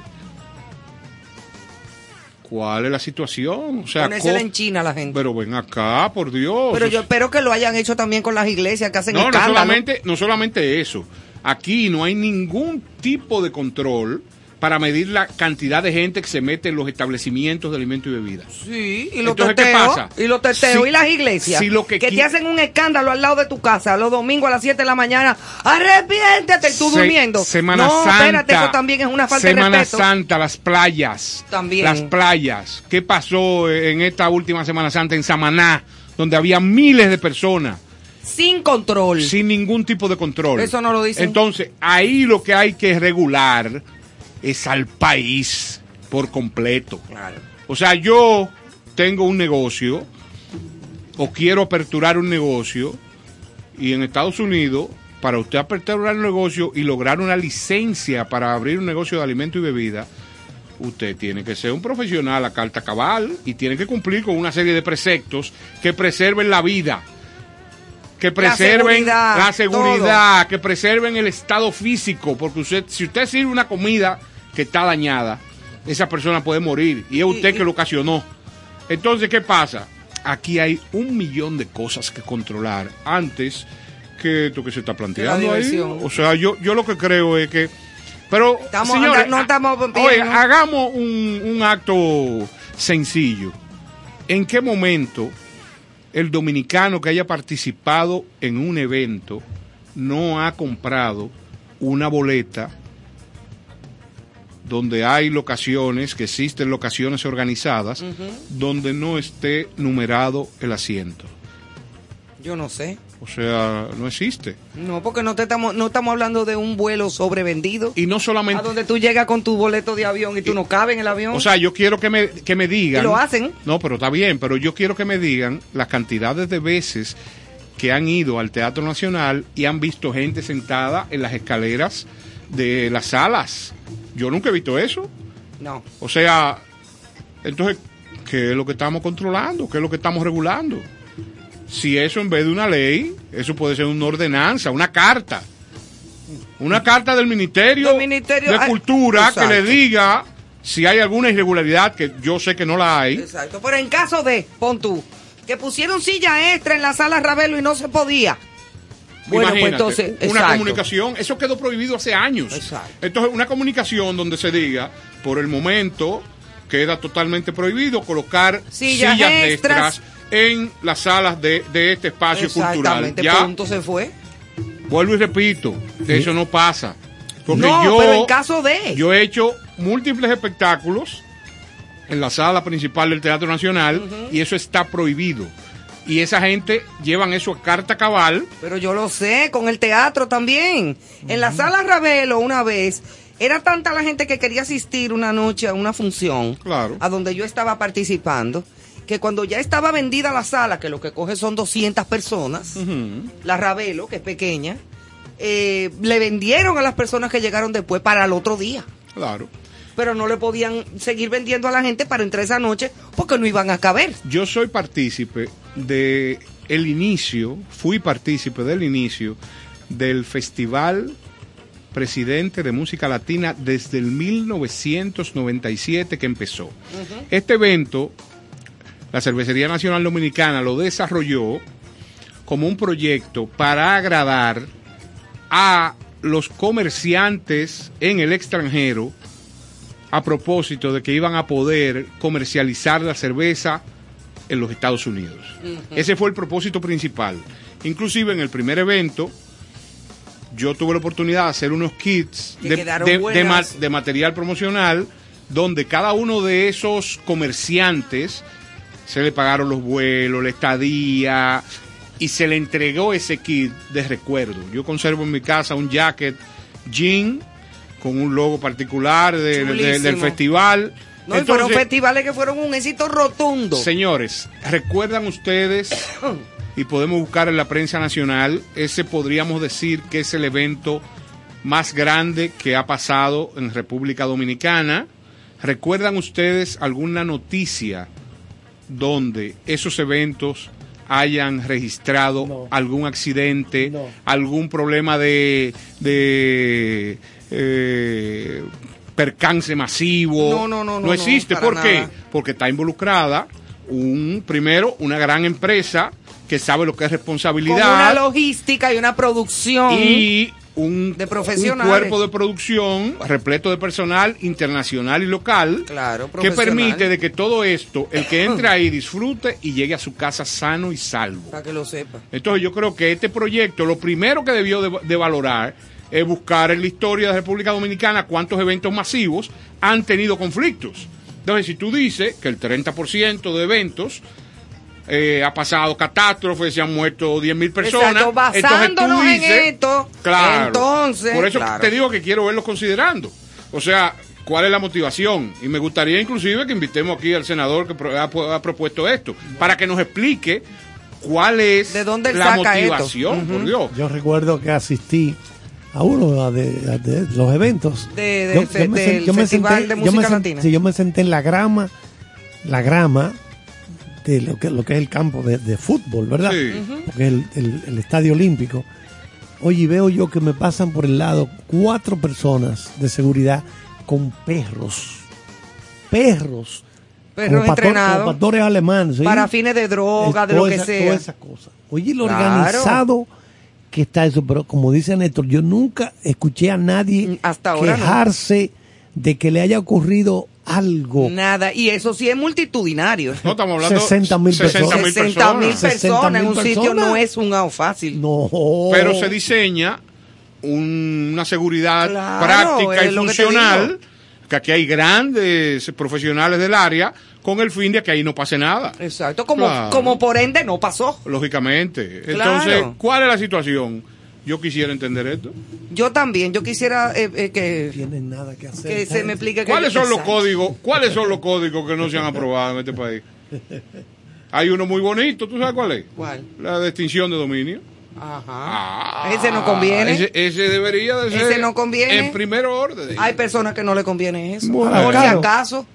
¿Cuál es la situación? O sea, Ponérsela co- en China a la gente. pero ven acá, por Dios. Pero O yo sea, espero que lo hayan hecho también con las iglesias que hacen no, no escándalo. solamente, no solamente eso. Aquí no hay ningún tipo de control para medir la cantidad de gente que se mete en los establecimientos de alimentos y bebidas. Sí, y los Entonces, ¿qué teteos, pasa? y los teteos Si- y las iglesias si lo que que qui- te hacen un escándalo al lado de tu casa los domingos a las siete de la mañana, arrepiéntete, y tú Se- durmiendo. Semana no, Santa. espérate, eso también es una falta Semana de respeto. Santa, las playas. También. Las playas. ¿Qué pasó en esta última Semana Santa en Samaná, donde había miles de personas Sin control. sin ningún tipo de control? Eso no lo dicen. Entonces, ahí lo que hay que regular es al país por completo. Claro. O sea, yo tengo un negocio o quiero aperturar un negocio y en Estados Unidos, para usted aperturar un negocio y lograr una licencia para abrir un negocio de alimento y bebida, usted tiene que ser un profesional a carta cabal y tiene que cumplir con una serie de preceptos que preserven la vida, que preserven seguridad, la seguridad, que preserven el estado físico, porque usted, si usted sirve una comida que está dañada, esa persona puede morir y es usted Y- y- que lo ocasionó. Entonces, ¿qué pasa? Aquí hay un millón de cosas que controlar antes que esto que se está planteando La ahí. diversión. O sea, yo, yo lo que creo es que... Pero, Estamos señores, anda- no estamos a- bien, oye, ¿no? hagamos un, un acto sencillo. ¿En qué momento el dominicano que haya participado en un evento no ha comprado una boleta donde hay locaciones, que existen locaciones organizadas, donde no esté numerado el asiento? Yo no sé. O sea, no existe. No, porque no te estamos no estamos hablando de un vuelo sobrevendido. Y no A solamente... donde tú llegas con tu boleto de avión y tú no cabes en el avión. O sea, yo quiero que me, que me digan... Y lo hacen. No, pero está bien, pero yo quiero que me digan las cantidades de veces que han ido al Teatro Nacional y han visto gente sentada en las escaleras de las salas. Yo nunca he visto eso. no. O sea, entonces, ¿qué es lo que estamos controlando? ¿Qué es lo que estamos regulando? Si eso en vez de una ley, eso puede ser una ordenanza, una carta. Una carta del Ministerio, Del Ministerio, de ah, Cultura que exacto. le diga si hay alguna irregularidad, que yo sé que no la hay. Exacto. Pero en caso de, pon tú, que pusieron silla extra en la sala Ravelo y no se podía. Bueno, pues Imagínate, entonces, una exacto. comunicación, eso quedó prohibido hace años. Exacto. Entonces, una comunicación donde se diga, por el momento, queda totalmente prohibido colocar Sillas sillas, extras. extras en las salas de, de este espacio cultural. Exactamente, Ya, punto se fue. vuelvo y repito, eso no pasa. Porque No, yo, pero en caso de. yo he hecho múltiples espectáculos en la sala principal del Teatro Nacional y eso está prohibido. Y esa gente llevan eso a carta cabal. Pero yo lo sé, con el teatro también. En la sala Ravelo una vez, era tanta la gente que quería asistir una noche a una función, Claro. a donde yo estaba participando, que cuando ya estaba vendida la sala, que lo que coge son doscientas personas, Ujú. la Ravelo, que es pequeña, eh, le vendieron a las personas que llegaron después para el otro día. Claro. Pero no le podían seguir vendiendo a la gente para entrar esa noche porque no iban a caber. Yo soy partícipe de el inicio, fui partícipe del inicio del Festival Presidente de Música Latina desde el mil novecientos noventa y siete que empezó. Uh-huh. Este evento, la Cervecería Nacional Dominicana lo desarrolló como un proyecto para agradar a los comerciantes en el extranjero a propósito de que iban a poder comercializar la cerveza en los Estados Unidos. Uh-huh. Ese fue el propósito principal. Inclusive en el primer evento, yo tuve la oportunidad de hacer unos kits de, de, de, ma de material promocional donde cada uno de esos comerciantes se le pagaron los vuelos, la estadía y se le entregó ese kit de recuerdo. Yo conservo en mi casa un jacket jean con un logo particular de, de, del festival. No, Entonces, y fueron festivales que fueron un éxito rotundo. Señores, ¿recuerdan ustedes? Y podemos buscar en la prensa nacional, ese podríamos decir que es el evento más grande que ha pasado en República Dominicana. ¿Recuerdan ustedes alguna noticia donde esos eventos hayan registrado no. algún accidente, no. algún problema de... de Eh, percance masivo? No, no, no, no, no existe. no, ¿Por qué? Nada. Porque está involucrada un primero una gran empresa que sabe lo que es responsabilidad, con una logística y una producción y un, de profesionales, un cuerpo de producción repleto de personal internacional y local, claro, que permite de que todo esto, el que entre ahí disfrute y llegue a su casa sano y salvo. Para que lo sepa. Entonces yo creo que este proyecto, lo primero que debió de, de valorar es buscar en la historia de la República Dominicana cuántos eventos masivos han tenido conflictos. Entonces, si tú dices que el treinta por ciento de eventos eh, ha pasado catástrofes, se han muerto diez mil personas, exacto, basándonos entonces tú dices, en esto, claro, entonces, por eso claro. te digo que quiero verlos considerando. O sea, ¿cuál es la motivación? Y me gustaría inclusive que invitemos aquí al senador que ha, ha propuesto esto, para que nos explique cuál es ¿de dónde la saca motivación, esto? por Uh-huh. Dios. Yo recuerdo que asistí a uno de, de, de los eventos de, de, yo, fe, yo me, del yo me Festival senté, de Música yo me Latina. Sí, yo me senté en la grama, la grama de lo que, lo que es el campo de, de fútbol, ¿verdad? Sí. Uh-huh. Porque es el, el, el estadio olímpico. Oye, veo yo que me pasan por el lado cuatro personas de seguridad con perros. Perros. Perros entrenados. Como pastores alemanes. ¿sí? Para fines de droga, de lo que esa, sea. Todas esas cosas. Oye, lo claro. organizado que está eso, pero como dice Néstor, yo nunca escuché a nadie hasta ahora quejarse no. de que le haya ocurrido algo. Nada, y eso sí es multitudinario. No, estamos hablando de sesenta mil personas. sesenta mil personas en un personas. sitio no es un ao fácil. No. Pero se diseña un, una seguridad claro, práctica y lo funcional, que, que aquí hay grandes profesionales del área, con el fin de que ahí no pase nada. Exacto, como, claro. como por ende no pasó. Lógicamente. Claro. Entonces, ¿cuál es la situación? Yo quisiera entender esto. Yo también, yo quisiera eh, eh, que, no tienen nada que hacer. que se me explique. ¿Cuáles que son los códigos? ¿Cuáles son los códigos que no se han aprobado en este país? Hay uno muy bonito, ¿tú sabes cuál es? ¿Cuál? La de extinción de dominio. Ajá. Ah, Ese no conviene. Ese, ese debería de ser. Ese no conviene. En primer orden. Hay personas que no le conviene eso. Bueno, por claro. si acaso.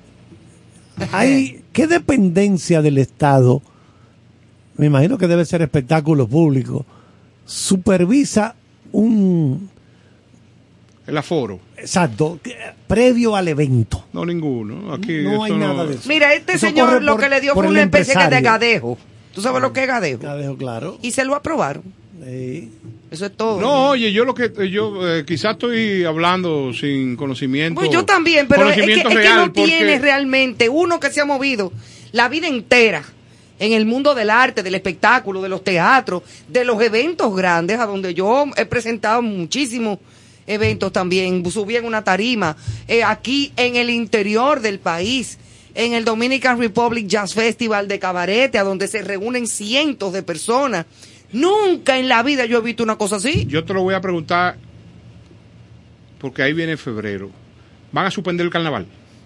Hay, ¿qué dependencia del Estado? Me imagino que debe ser espectáculo público. Supervisa un... El aforo. Exacto, previo al evento. No, ninguno. Aquí No hay eso nada no... de eso. Mira, este Eso señor corre lo por- que le dio por fue el una especie de empresario. gadejo. ¿Tú sabes lo que es gadejo? Ya dejo claro. Y se lo aprobaron. Eh, Eso es todo. No, oye, yo lo que yo eh, quizás estoy hablando sin conocimiento. Pues yo también, pero es que, es conocimiento que real, no porque- tiene realmente uno que se ha movido la vida entera en el mundo del arte, del espectáculo, de los teatros, de los eventos grandes, a donde yo he presentado muchísimos eventos también, subí en una tarima, eh, aquí en el interior del país, en el Dominican Republic Jazz Festival de Cabarete, a donde se reúnen cientos de personas. Nunca en la vida yo he visto una cosa así. Yo te lo voy a preguntar, porque ahí viene febrero. ¿Van a suspender el carnaval?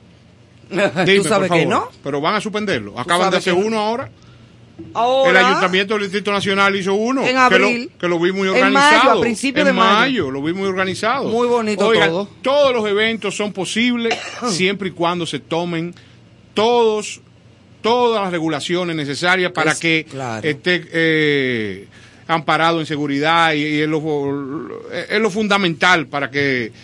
Dime, ¿Tú sabes por que favor. no? Pero van a suspenderlo. Acaban de sabes hacer que no. uno ahora. Ahora, El Ayuntamiento del Distrito Nacional hizo uno. En abril. Que lo, que lo vi muy En organizado. mayo, a principios en de mayo. mayo. Lo vi muy organizado. Muy bonito Oigan, todo. Todos los eventos son posibles siempre y cuando se tomen todos, todas las regulaciones necesarias para Es- que claro. esté eh, amparado en seguridad y, y es, lo, es lo fundamental para que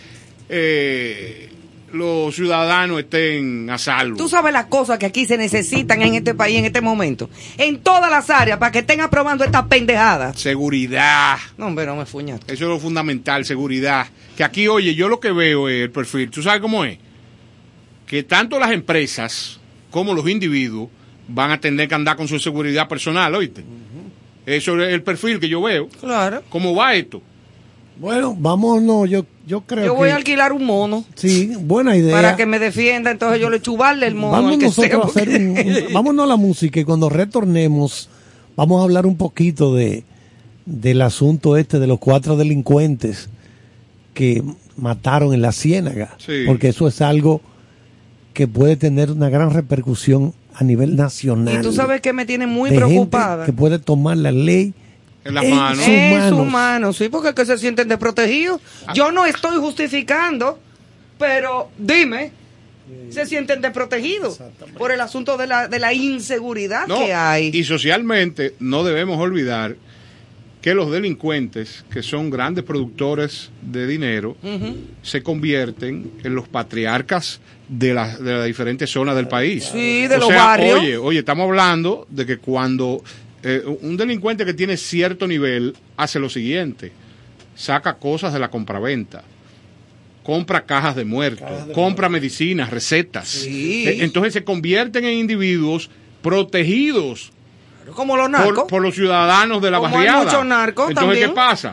eh, los ciudadanos estén a salvo. tú sabes las cosas que aquí se necesitan en este país en este momento. En todas las áreas, para que estén aprobando esta pendejada. Seguridad. No, hombre, no me fuñaste. Eso es lo fundamental, seguridad. Que aquí, oye, yo lo que veo es el perfil. ¿Tú sabes cómo es? Que tanto las empresas como los individuos van a tener que andar con su seguridad personal, ¿oíste? Eso es el perfil que yo veo. Claro. ¿Cómo va esto? Bueno, vámonos, yo, yo creo Yo que... voy a alquilar un mono Sí, buena idea. para que me defienda, entonces yo le chubarle el mono Vamos al que nosotros sea, a hacer porque- un, un- vámonos a la música y cuando retornemos vamos a hablar un poquito de del asunto este de los cuatro delincuentes que mataron en la Ciénaga, Sí. porque eso es algo que puede tener una gran repercusión a nivel nacional. Y tú sabes que me tiene muy de gente preocupada. que puede tomar la ley En las en manos. sus En sus manos. manos, sí, porque es que se sienten desprotegidos. Yo no estoy justificando, pero dime, se sienten desprotegidos por el asunto de la, de la inseguridad No, que hay. y socialmente no debemos olvidar que los delincuentes, que son grandes productores de dinero, Ujú. se convierten en los patriarcas de, la- de las diferentes zonas del país. Sí, de O los sea, barrios. Oye, oye, estamos hablando de que cuando eh, un delincuente que tiene cierto nivel hace lo siguiente, saca cosas de la compraventa, compra cajas de muertos, compra medicinas, recetas. Sí. Eh, Entonces se convierten en individuos protegidos Como los narcos. por, por los ciudadanos de la Como hay barriada. muchos narcos Entonces, también. ¿qué pasa?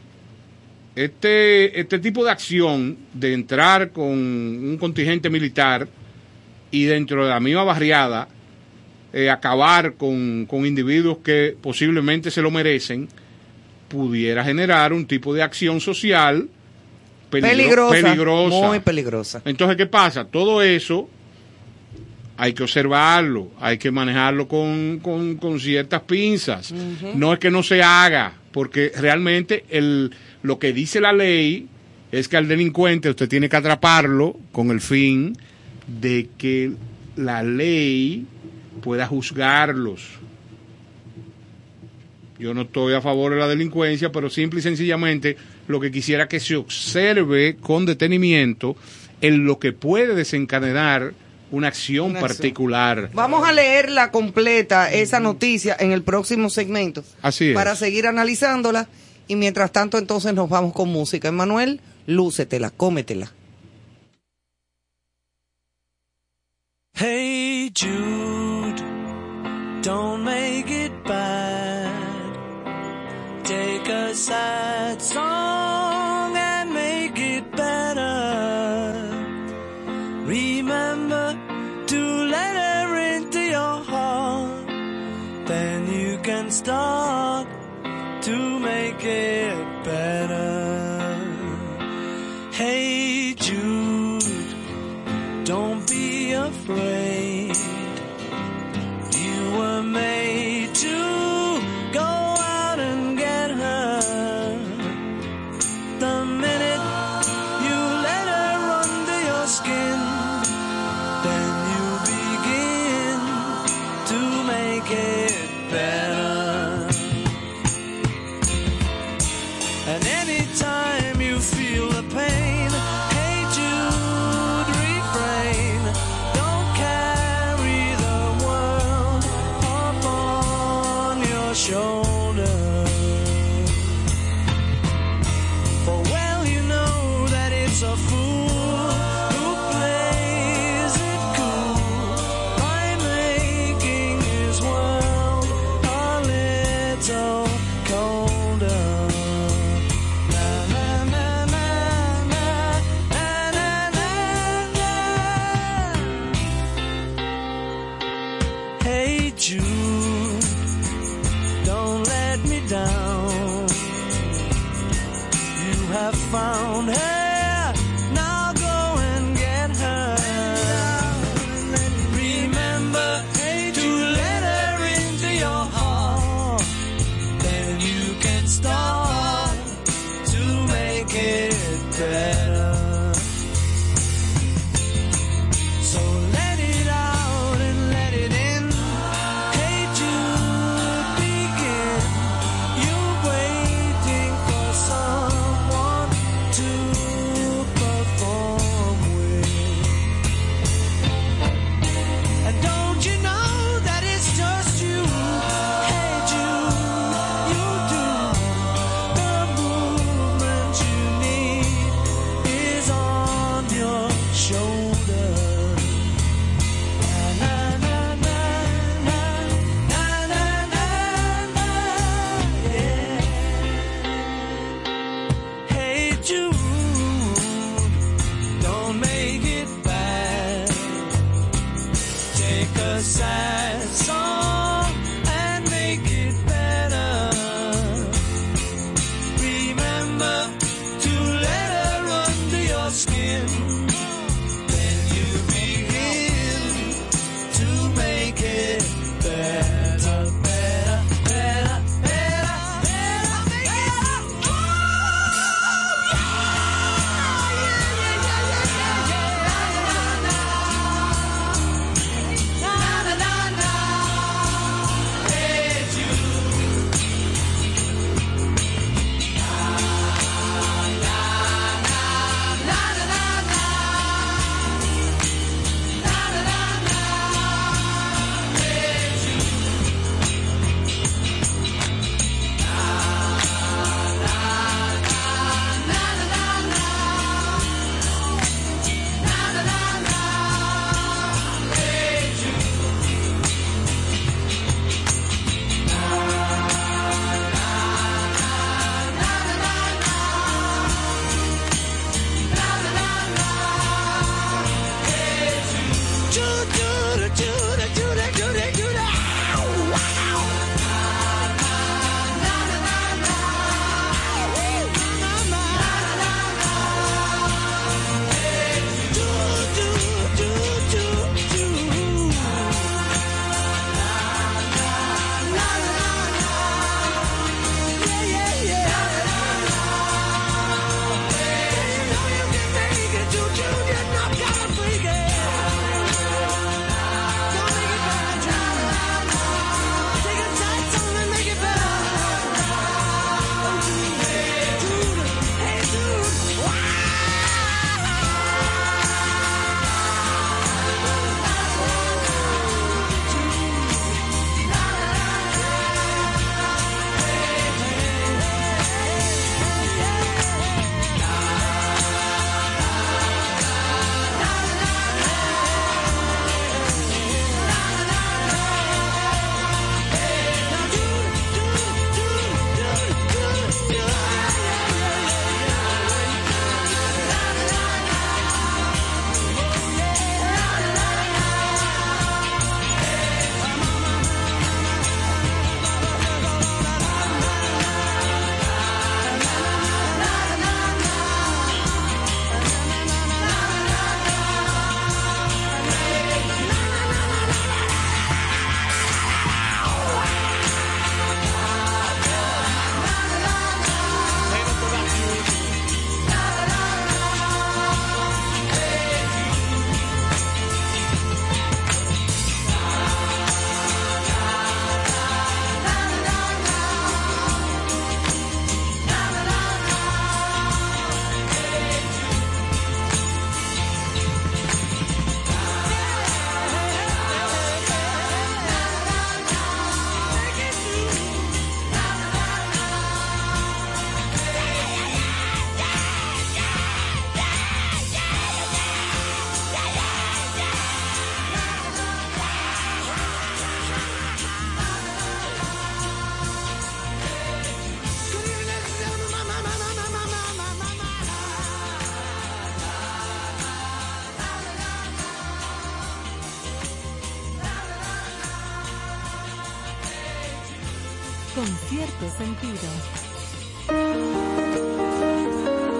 Este, este tipo de acción de entrar con un contingente militar y dentro de la misma barriada eh, acabar con, con individuos que posiblemente se lo merecen, pudiera generar un tipo de acción social peligro- peligrosa, peligrosa. muy peligrosa. Entonces, ¿qué pasa? Todo eso hay que observarlo, hay que manejarlo con, con, con ciertas pinzas. No es que no se haga, porque realmente el, lo que dice la ley es que al delincuente usted tiene que atraparlo con el fin de que la ley pueda juzgarlos. Yo no estoy a favor de la delincuencia, pero simple y sencillamente lo que quisiera que se observe con detenimiento en lo que puede desencadenar una acción Una acción. particular. Vamos a leerla completa, esa noticia, en el próximo segmento. Así es. Para seguir analizándola. Y mientras tanto, entonces nos vamos con música. Emanuel, lúcetela, cómetela. Hey Jude, don't make it bad. Take a sad song and make it better. Remember to let her into your heart. Then you can start to make it better. Hey Jude, don't be afraid. You were made to go out and get her. have found her. Now go and get her. Remember to let her into your heart. Then you can start to make it better. So let it out and let it in. Hey Jude, begin. You're waiting for someone to perform with. And don't you know that it's just you? Hey Jude, you do. The movement you need is on your shoulder. Na, na, na, na, na, na, na, na, yeah. Hey Jude, don't make it bad. Take a sad song and make it better. Remember to let her under your skin. Then you begin to make it better, better, better, better, better, make it. Oh, yeah, yeah, yeah, yeah, yeah, yeah, yeah, na, na, na, na. Hey Jude. Na, na, na, na, na. Na, na, na, na. Hey Jude. con cierto sentido.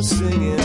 singing.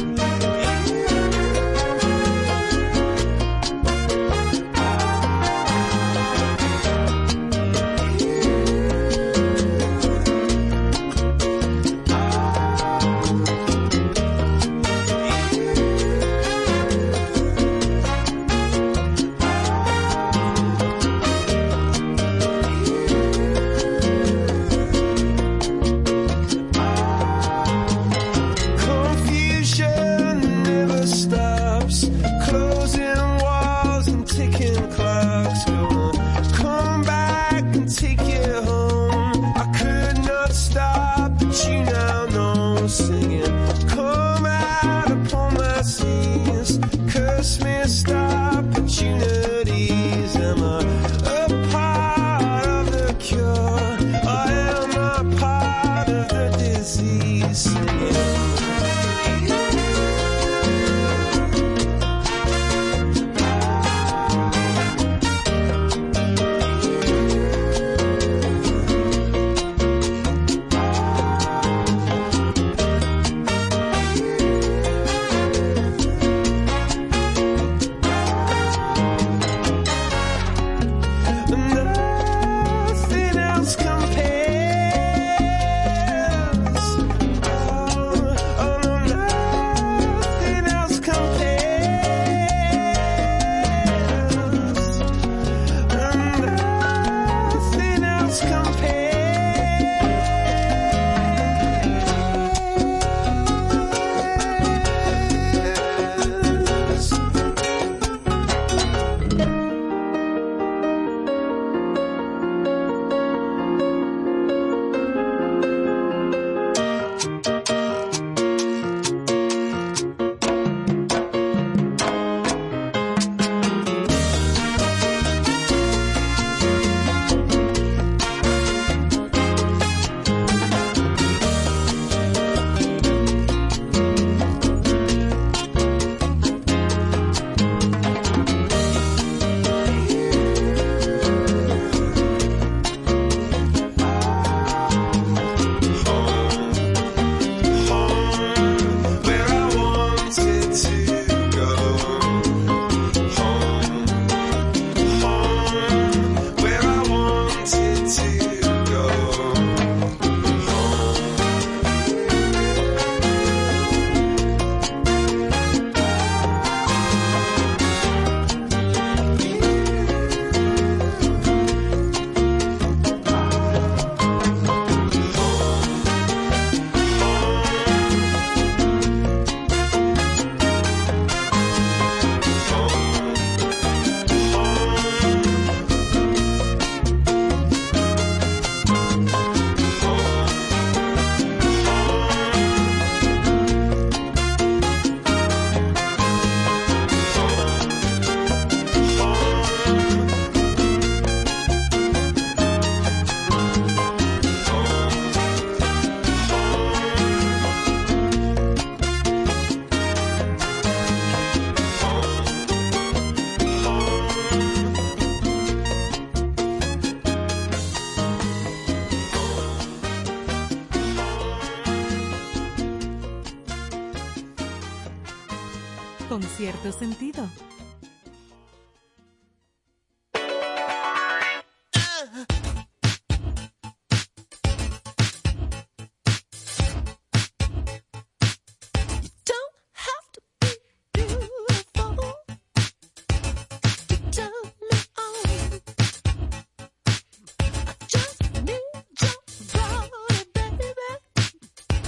Con cierto sentido.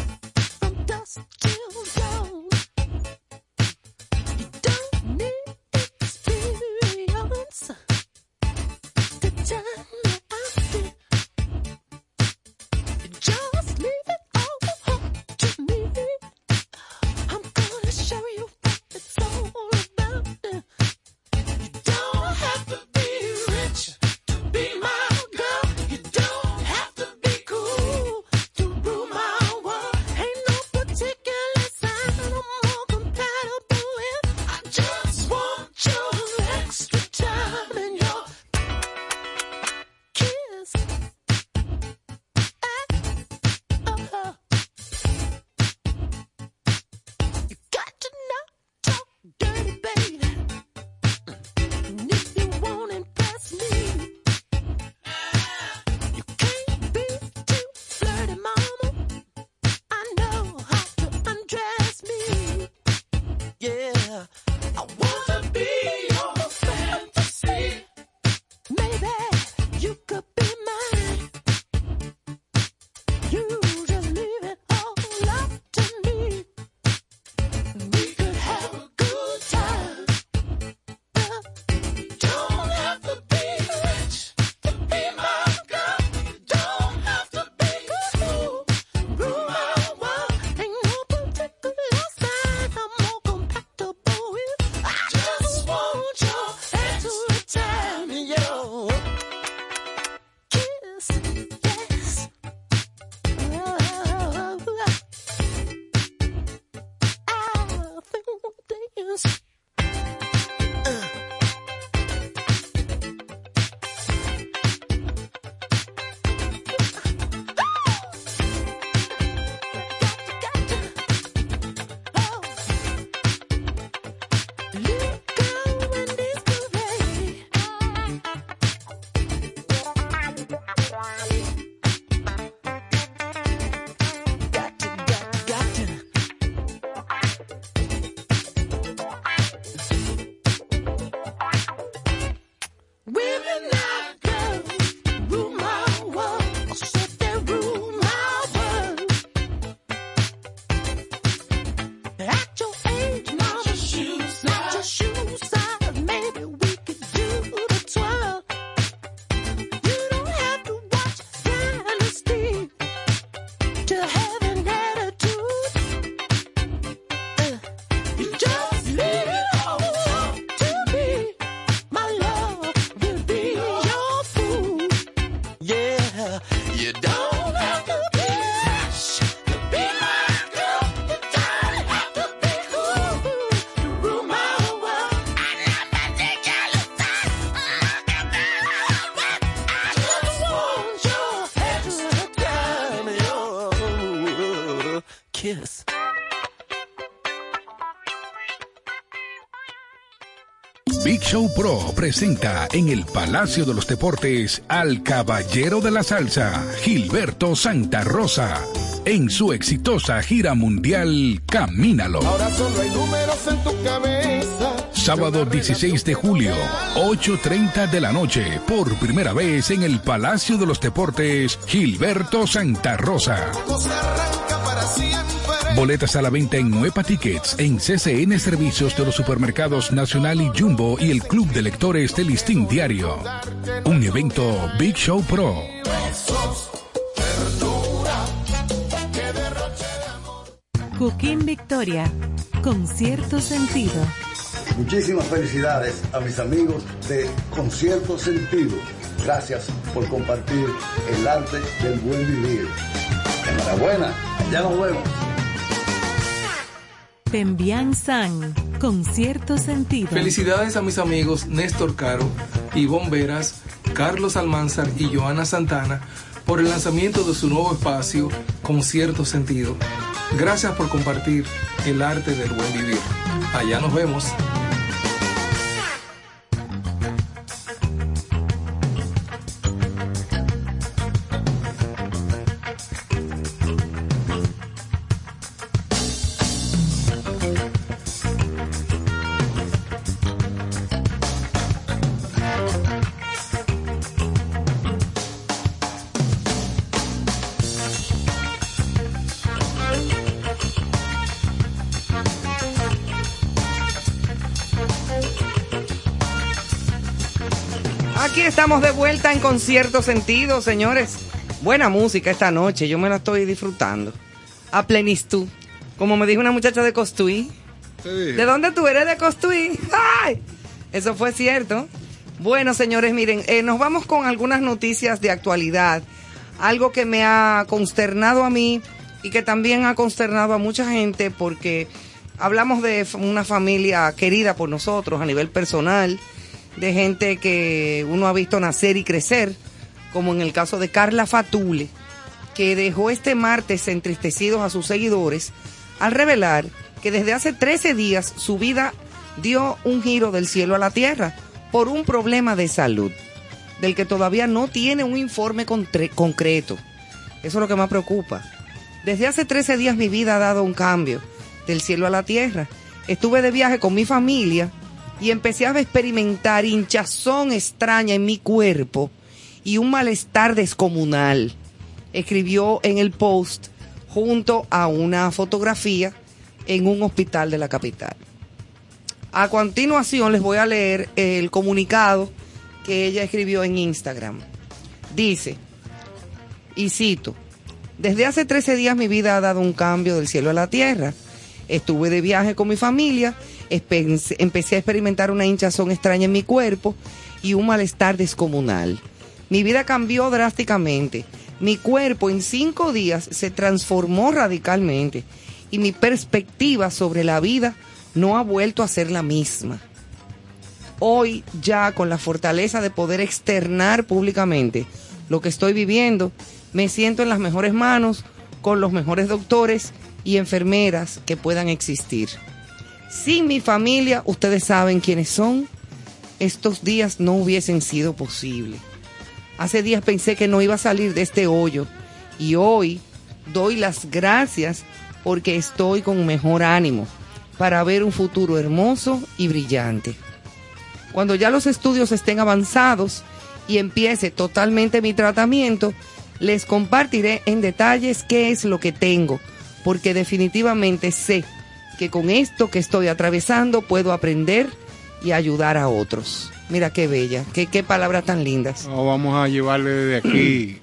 Till dawn. You don't need Kiss. Big Show Pro presenta en el Palacio de los Deportes al caballero de la salsa, Gilberto Santa Rosa, en su exitosa gira mundial Camínalo. Ahora solo hay números en tu cabeza. Sábado dieciséis de julio, ocho treinta de la noche, por primera vez en el Palacio de los Deportes, Gilberto Santa Rosa. Boletas a la venta en Nueva Tickets, en C C N Servicios de los Supermercados Nacional y Jumbo y el Club de Lectores del Listín Diario. Un evento Big Show Pro. Cooking Victoria, con cierto sentido. Muchísimas felicidades a mis amigos de Con Cierto Sentido. Gracias por compartir el arte del buen vivir. Enhorabuena, ya nos vemos. Pembian San, con cierto sentido. Felicidades a mis amigos Néstor Caro, Ivonne Veras, Carlos Almanzar y Joana Santana por el lanzamiento de su nuevo espacio Con Cierto Sentido. Gracias por compartir el arte del buen vivir. Allá nos vemos. Aquí estamos de vuelta en Con Cierto Sentido, señores. Buena música esta noche, yo me la estoy disfrutando. A plenitud. Como me dijo una muchacha de Costuí. Sí. ¿De dónde tú eres? De Costuí. ¡Ay! Eso fue cierto. Bueno, señores, miren, eh, nos vamos con algunas noticias de actualidad. Algo que me ha consternado a mí y que también ha consternado a mucha gente, porque hablamos de una familia querida por nosotros a nivel personal, de gente que uno ha visto nacer y crecer, como en el caso de Carla Fatule, que dejó este martes entristecidos a sus seguidores al revelar que desde hace trece días su vida dio un giro del cielo a la tierra por un problema de salud, del que todavía no tiene un informe concreto. Eso es lo que más preocupa. Desde hace trece días mi vida ha dado un cambio, del cielo a la tierra. Estuve de viaje con mi familia y empecé a experimentar hinchazón extraña en mi cuerpo y un malestar descomunal. Escribió en el post junto a una fotografía en un hospital de la capital. A continuación les voy a leer el comunicado que ella escribió en Instagram. Dice, y cito, desde hace trece días mi vida ha dado un cambio del cielo a la tierra. Estuve de viaje con mi familia, empecé a experimentar una hinchazón extraña en mi cuerpo y un malestar descomunal. Mi vida cambió drásticamente. Mi cuerpo en cinco días se transformó radicalmente y mi perspectiva sobre la vida no ha vuelto a ser la misma. Hoy, ya con la fortaleza de poder externar públicamente lo que estoy viviendo, me siento en las mejores manos, con los mejores doctores y enfermeras que puedan existir. Sin mi familia, ustedes saben quiénes son, estos días no hubiesen sido posibles. Hace días pensé que no iba a salir de este hoyo y hoy doy las gracias porque estoy con mejor ánimo para ver un futuro hermoso y brillante. Cuando ya los estudios estén avanzados y empiece totalmente mi tratamiento, les compartiré en detalles qué es lo que tengo, porque definitivamente sé que con esto que estoy atravesando puedo aprender y ayudar a otros. Mira qué bella, qué, qué palabras tan lindas. Oh, vamos a llevarle de aquí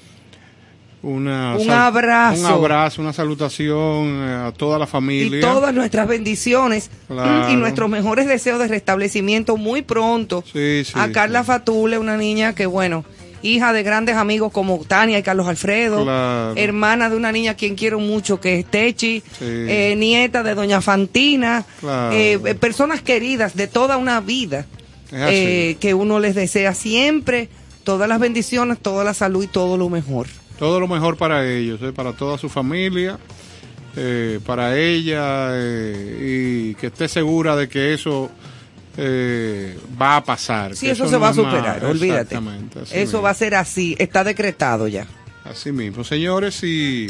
una un sal- abrazo. Un abrazo, una salutación a toda la familia. Y todas nuestras bendiciones Claro. y nuestros mejores deseos de restablecimiento muy pronto. Sí, sí, a Carla sí. Fatule, una niña que, bueno, hija de grandes amigos como Tania y Carlos Alfredo, Claro. hermana de una niña a quien quiero mucho que es Techi, Sí. eh, nieta de doña Fantina, Claro. eh, eh, personas queridas de toda una vida, Es así. eh, que uno les desea siempre todas las bendiciones, toda la salud y todo lo mejor. Todo lo mejor para ellos, eh, para toda su familia, eh, para ella, eh, y que esté segura de que eso eh, va a pasar. Sí, que eso se no va a es más- superar, olvídate. Exactamente, así Eso mismo. va a ser así, está decretado ya. Así mismo, señores, y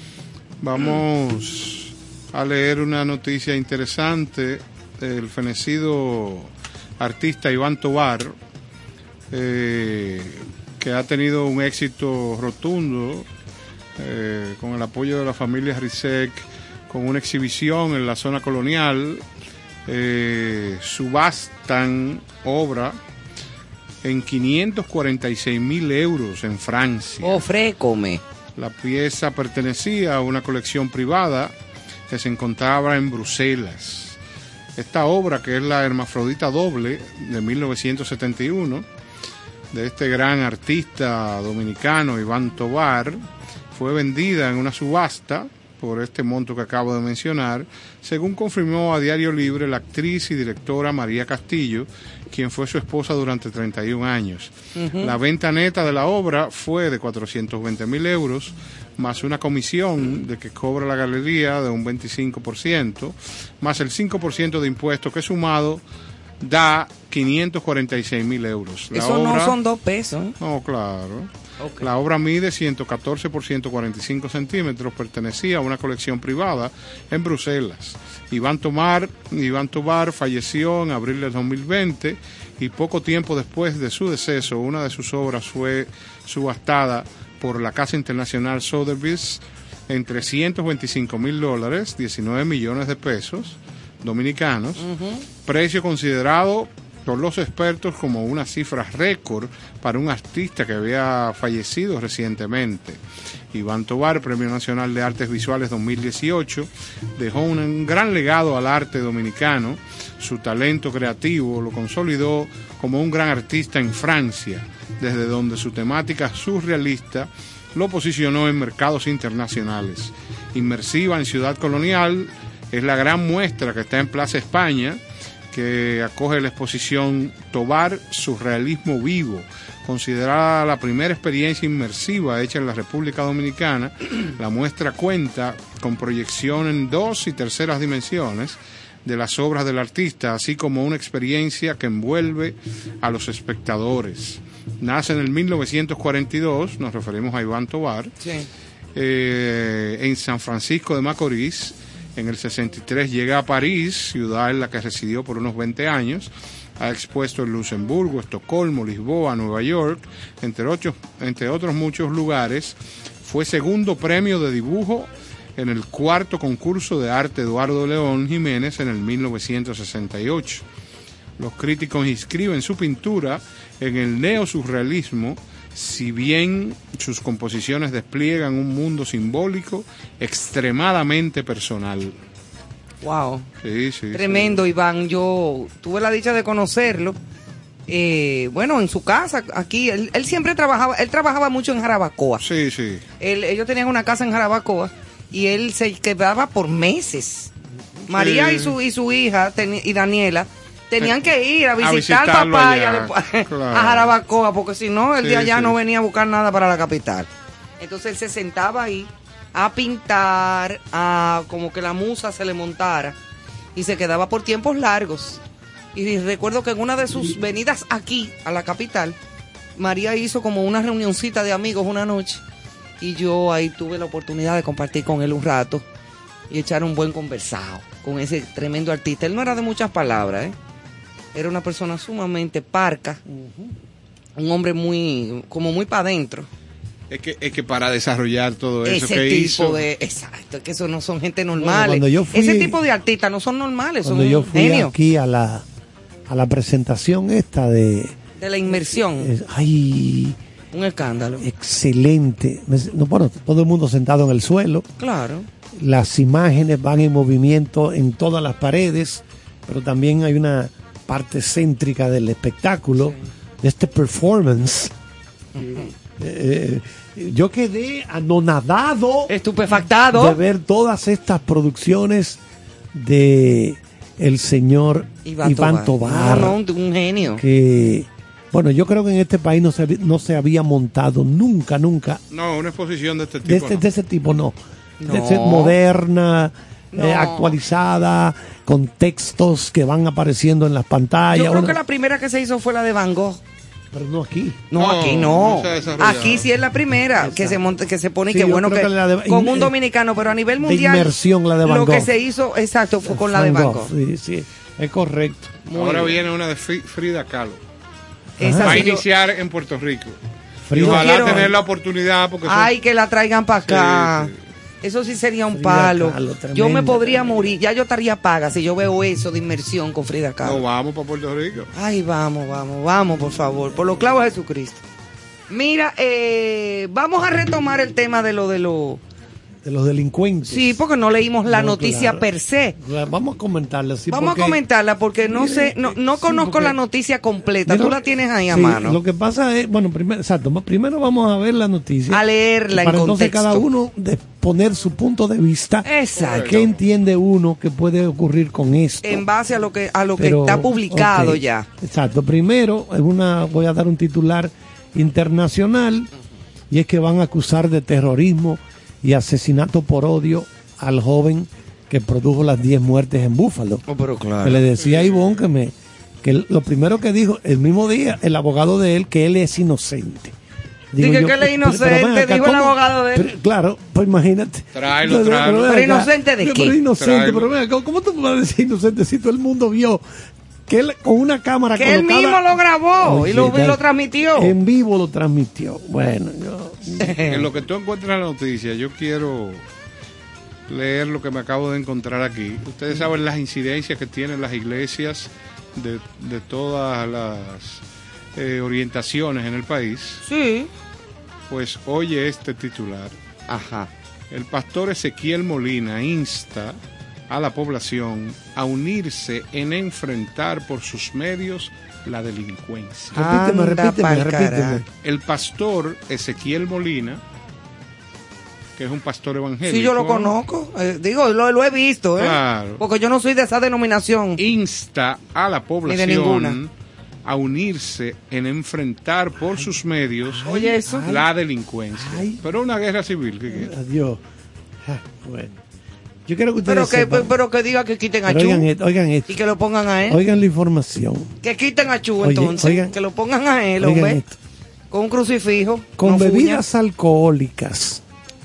vamos a leer una noticia interesante. El fenecido artista Iván Tovar, eh, que ha tenido un éxito rotundo eh, con el apoyo de la familia Rizek, con una exhibición en la zona colonial, eh, subastan obra en quinientos cuarenta y seis mil euros en Francia. Ofrécome. La pieza pertenecía a una colección privada que se encontraba en Bruselas. Esta obra, que es la Hermafrodita Doble de mil novecientos setenta y uno, de este gran artista dominicano Iván Tovar, fue vendida en una subasta por este monto que acabo de mencionar, según confirmó a Diario Libre la actriz y directora María Castillo, quien fue su esposa durante treinta y un años. Ujú. La venta neta de la obra fue de cuatrocientos veinte mil euros, más una comisión de que cobra la galería de un veinticinco por ciento, más el cinco por ciento de impuestos, que sumado da quinientos cuarenta y seis mil euros. La Eso no obra- son dos pesos. ¿eh? No, claro. La obra mide ciento catorce por ciento cuarenta y cinco centímetros, pertenecía a una colección privada en Bruselas. Iván Tomar, Iván Tovar falleció en abril del dos mil veinte y poco tiempo después de su deceso, una de sus obras fue subastada por la Casa Internacional Sotheby's en trescientos veinticinco mil dólares, diecinueve millones de pesos dominicanos, precio considerado por los expertos como una cifra récord para un artista que había fallecido recientemente. Iván Tovar, Premio Nacional de Artes Visuales dos mil dieciocho, dejó un, un gran legado al arte dominicano. Su talento creativo lo consolidó como un gran artista en Francia, desde donde su temática surrealista lo posicionó en mercados internacionales. Inmersiva en Ciudad Colonial, es la gran muestra que está en Plaza España, que acoge la exposición Tovar Surrealismo Vivo, considerada la primera experiencia inmersiva hecha en la República Dominicana. La muestra cuenta con proyección en dos y terceras dimensiones de las obras del artista, así como una experiencia que envuelve a los espectadores. Nace en el mil novecientos cuarenta y dos, nos referimos a Iván Tovar, Sí. eh, en San Francisco de Macorís. En el sesenta y tres llega a París, ciudad en la que residió por unos veinte años. Ha expuesto en Luxemburgo, Estocolmo, Lisboa, Nueva York, entre otros, entre otros muchos lugares. Fue segundo premio de dibujo en el cuarto concurso de arte Eduardo León Jiménez en el mil novecientos sesenta y ocho. Los críticos inscriben su pintura en el neosurrealismo, si bien sus composiciones despliegan un mundo simbólico extremadamente personal. Wow. Sí, sí, Tremendo, sí. Iván. Yo tuve la dicha de conocerlo. Eh, bueno, en su casa, aquí, él, él siempre trabajaba, él trabajaba mucho en Jarabacoa. Sí, sí. Él, ellos tenían una casa en Jarabacoa y él se quedaba por meses. María Sí. y su y su hija teni- y Daniela tenían que ir a A visitar al visitarlo papá y allá, a, claro. a Jarabacoa, porque si no, el Sí, de allá sí. no venía a buscar nada para la capital. Entonces él se sentaba ahí a pintar, a como que la musa se le montara y se quedaba por tiempos largos. Y recuerdo que en una de sus venidas aquí a la capital, María hizo como una reunioncita de amigos una noche y yo ahí tuve la oportunidad de compartir con él un rato y echar un buen conversado con ese tremendo artista. Él no era de muchas palabras, ¿eh? Era una persona sumamente parca, un hombre muy, como muy para adentro. Es que, es que para desarrollar todo eso Ese que tipo hizo, de, exacto, es que eso no son gente Bueno, normales. cuando yo fui- Ese tipo de artistas no son normales, son Cuando yo un fui genio aquí a la, a la presentación esta de... de la inmersión. eh, ay, Un escándalo. excelente. Me- no, bueno, todo el mundo sentado en el suelo. Claro. Las imágenes van en movimiento en todas las paredes, pero también hay una parte céntrica del espectáculo, de este performance. Eh, yo quedé anonadado, estupefactado de ver todas estas producciones de el señor Iván, Iván Tobar, No, no, un genio. que bueno, yo creo que en este país no se, había- no se había montado nunca, nunca no, una exposición de este tipo. de este, no. de ese tipo, no. No. De ser moderna, No. eh, actualizada, con textos que van apareciendo en las pantallas. Yo creo bueno, que la primera que se hizo fue la de Van Gogh. Pero no aquí. No, No, aquí no. no se ha desarrollado. Aquí sí es la primera que se monta, que se pone y Sí, que yo bueno creo que, que la de- con in- un dominicano, pero a nivel de mundial inmersión, la de Van lo que Gogh. se hizo, exacto, fue con la de Van Gogh. Sí, sí, es correcto. Muy Ahora bien. viene una de Fri- Frida Kahlo. Esa Va a sí yo- iniciar en Puerto Rico. Frida- y ojalá Quiero- tener la oportunidad porque son- Ay, que la traigan para acá. Sí, sí. Eso sí sería un Frida palo. Kahlo, Yo me tremenda, podría tremenda. morir. Ya yo estaría paga si yo veo eso de inmersión con Frida no Kahlo. vamos para Puerto Rico. Ay, vamos, vamos, vamos, por favor. Por los clavos de Jesucristo. Mira, eh, vamos a retomar el tema de lo de lo... De los delincuentes. Sí, porque no leímos la No, noticia claro. per se. Vamos a comentarla. Sí, Vamos porque- a comentarla porque no sé, no, no Sí, conozco porque- la noticia completa. Mira, Tú la tienes ahí a sí, mano. Lo que pasa es, bueno, primero, exacto, primero vamos a ver la noticia. A leerla y para en entonces contexto. cada uno de poner su punto de vista. Exacto. ¿Qué entiende uno que puede ocurrir con esto? En base a lo que a lo que Pero, está publicado ok, ya. Exacto. Primero, es una, voy a dar un titular internacional y es que van a acusar de terrorismo y asesinato por odio al joven que produjo las diez muertes en Búfalo. Oh, pero claro. Que le decía a Ivonne que me que lo primero que dijo el mismo día el abogado de él que él es inocente. Dije que él es pero- inocente, pero ven acá, dijo el ¿cómo? abogado de él. Pero, claro, pues imagínate. Tráelo, Pero- tráelo. ven ¿Pero acá, inocente de pero qué? inocente, Tráelo. pero ven acá, ¿cómo tú vas a decir inocente si todo el mundo vio que él con una cámara Que él colocada- mismo lo grabó Oye, y lo, y tal- lo transmitió. En vivo lo transmitió. Bueno, yo En lo que tú encuentras la noticia, yo quiero leer lo que me acabo de encontrar aquí. Ustedes saben las incidencias que tienen las iglesias de, de todas las eh, orientaciones en el país. Sí. Pues oye este titular. Ajá. El pastor Ezequiel Molina insta a la población a unirse en enfrentar por sus medios la delincuencia. repíteme, Anda repíteme, pa'l repíteme. carajo. El pastor Ezequiel Molina, que es un pastor evangélico. Sí, yo lo conozco. Eh, digo, lo, lo he visto, ¿eh? Claro. Porque yo no soy de esa denominación. Insta a la Ni de ninguna. población a unirse en enfrentar por sus medios Oye, eso. la delincuencia. Ay. Pero una guerra civil, ¿qué quieres? adiós. Ah, bueno. Yo quiero que ustedes Pero que, sepan- pero que diga que quiten a pero Chu oigan esto, oigan esto. y que lo pongan a él. Oigan la información. Que quiten a Chu Oye, entonces. oigan- que lo pongan a él, Oigan hombre. esto. Con un crucifijo. Con no bebidas alcohólicas,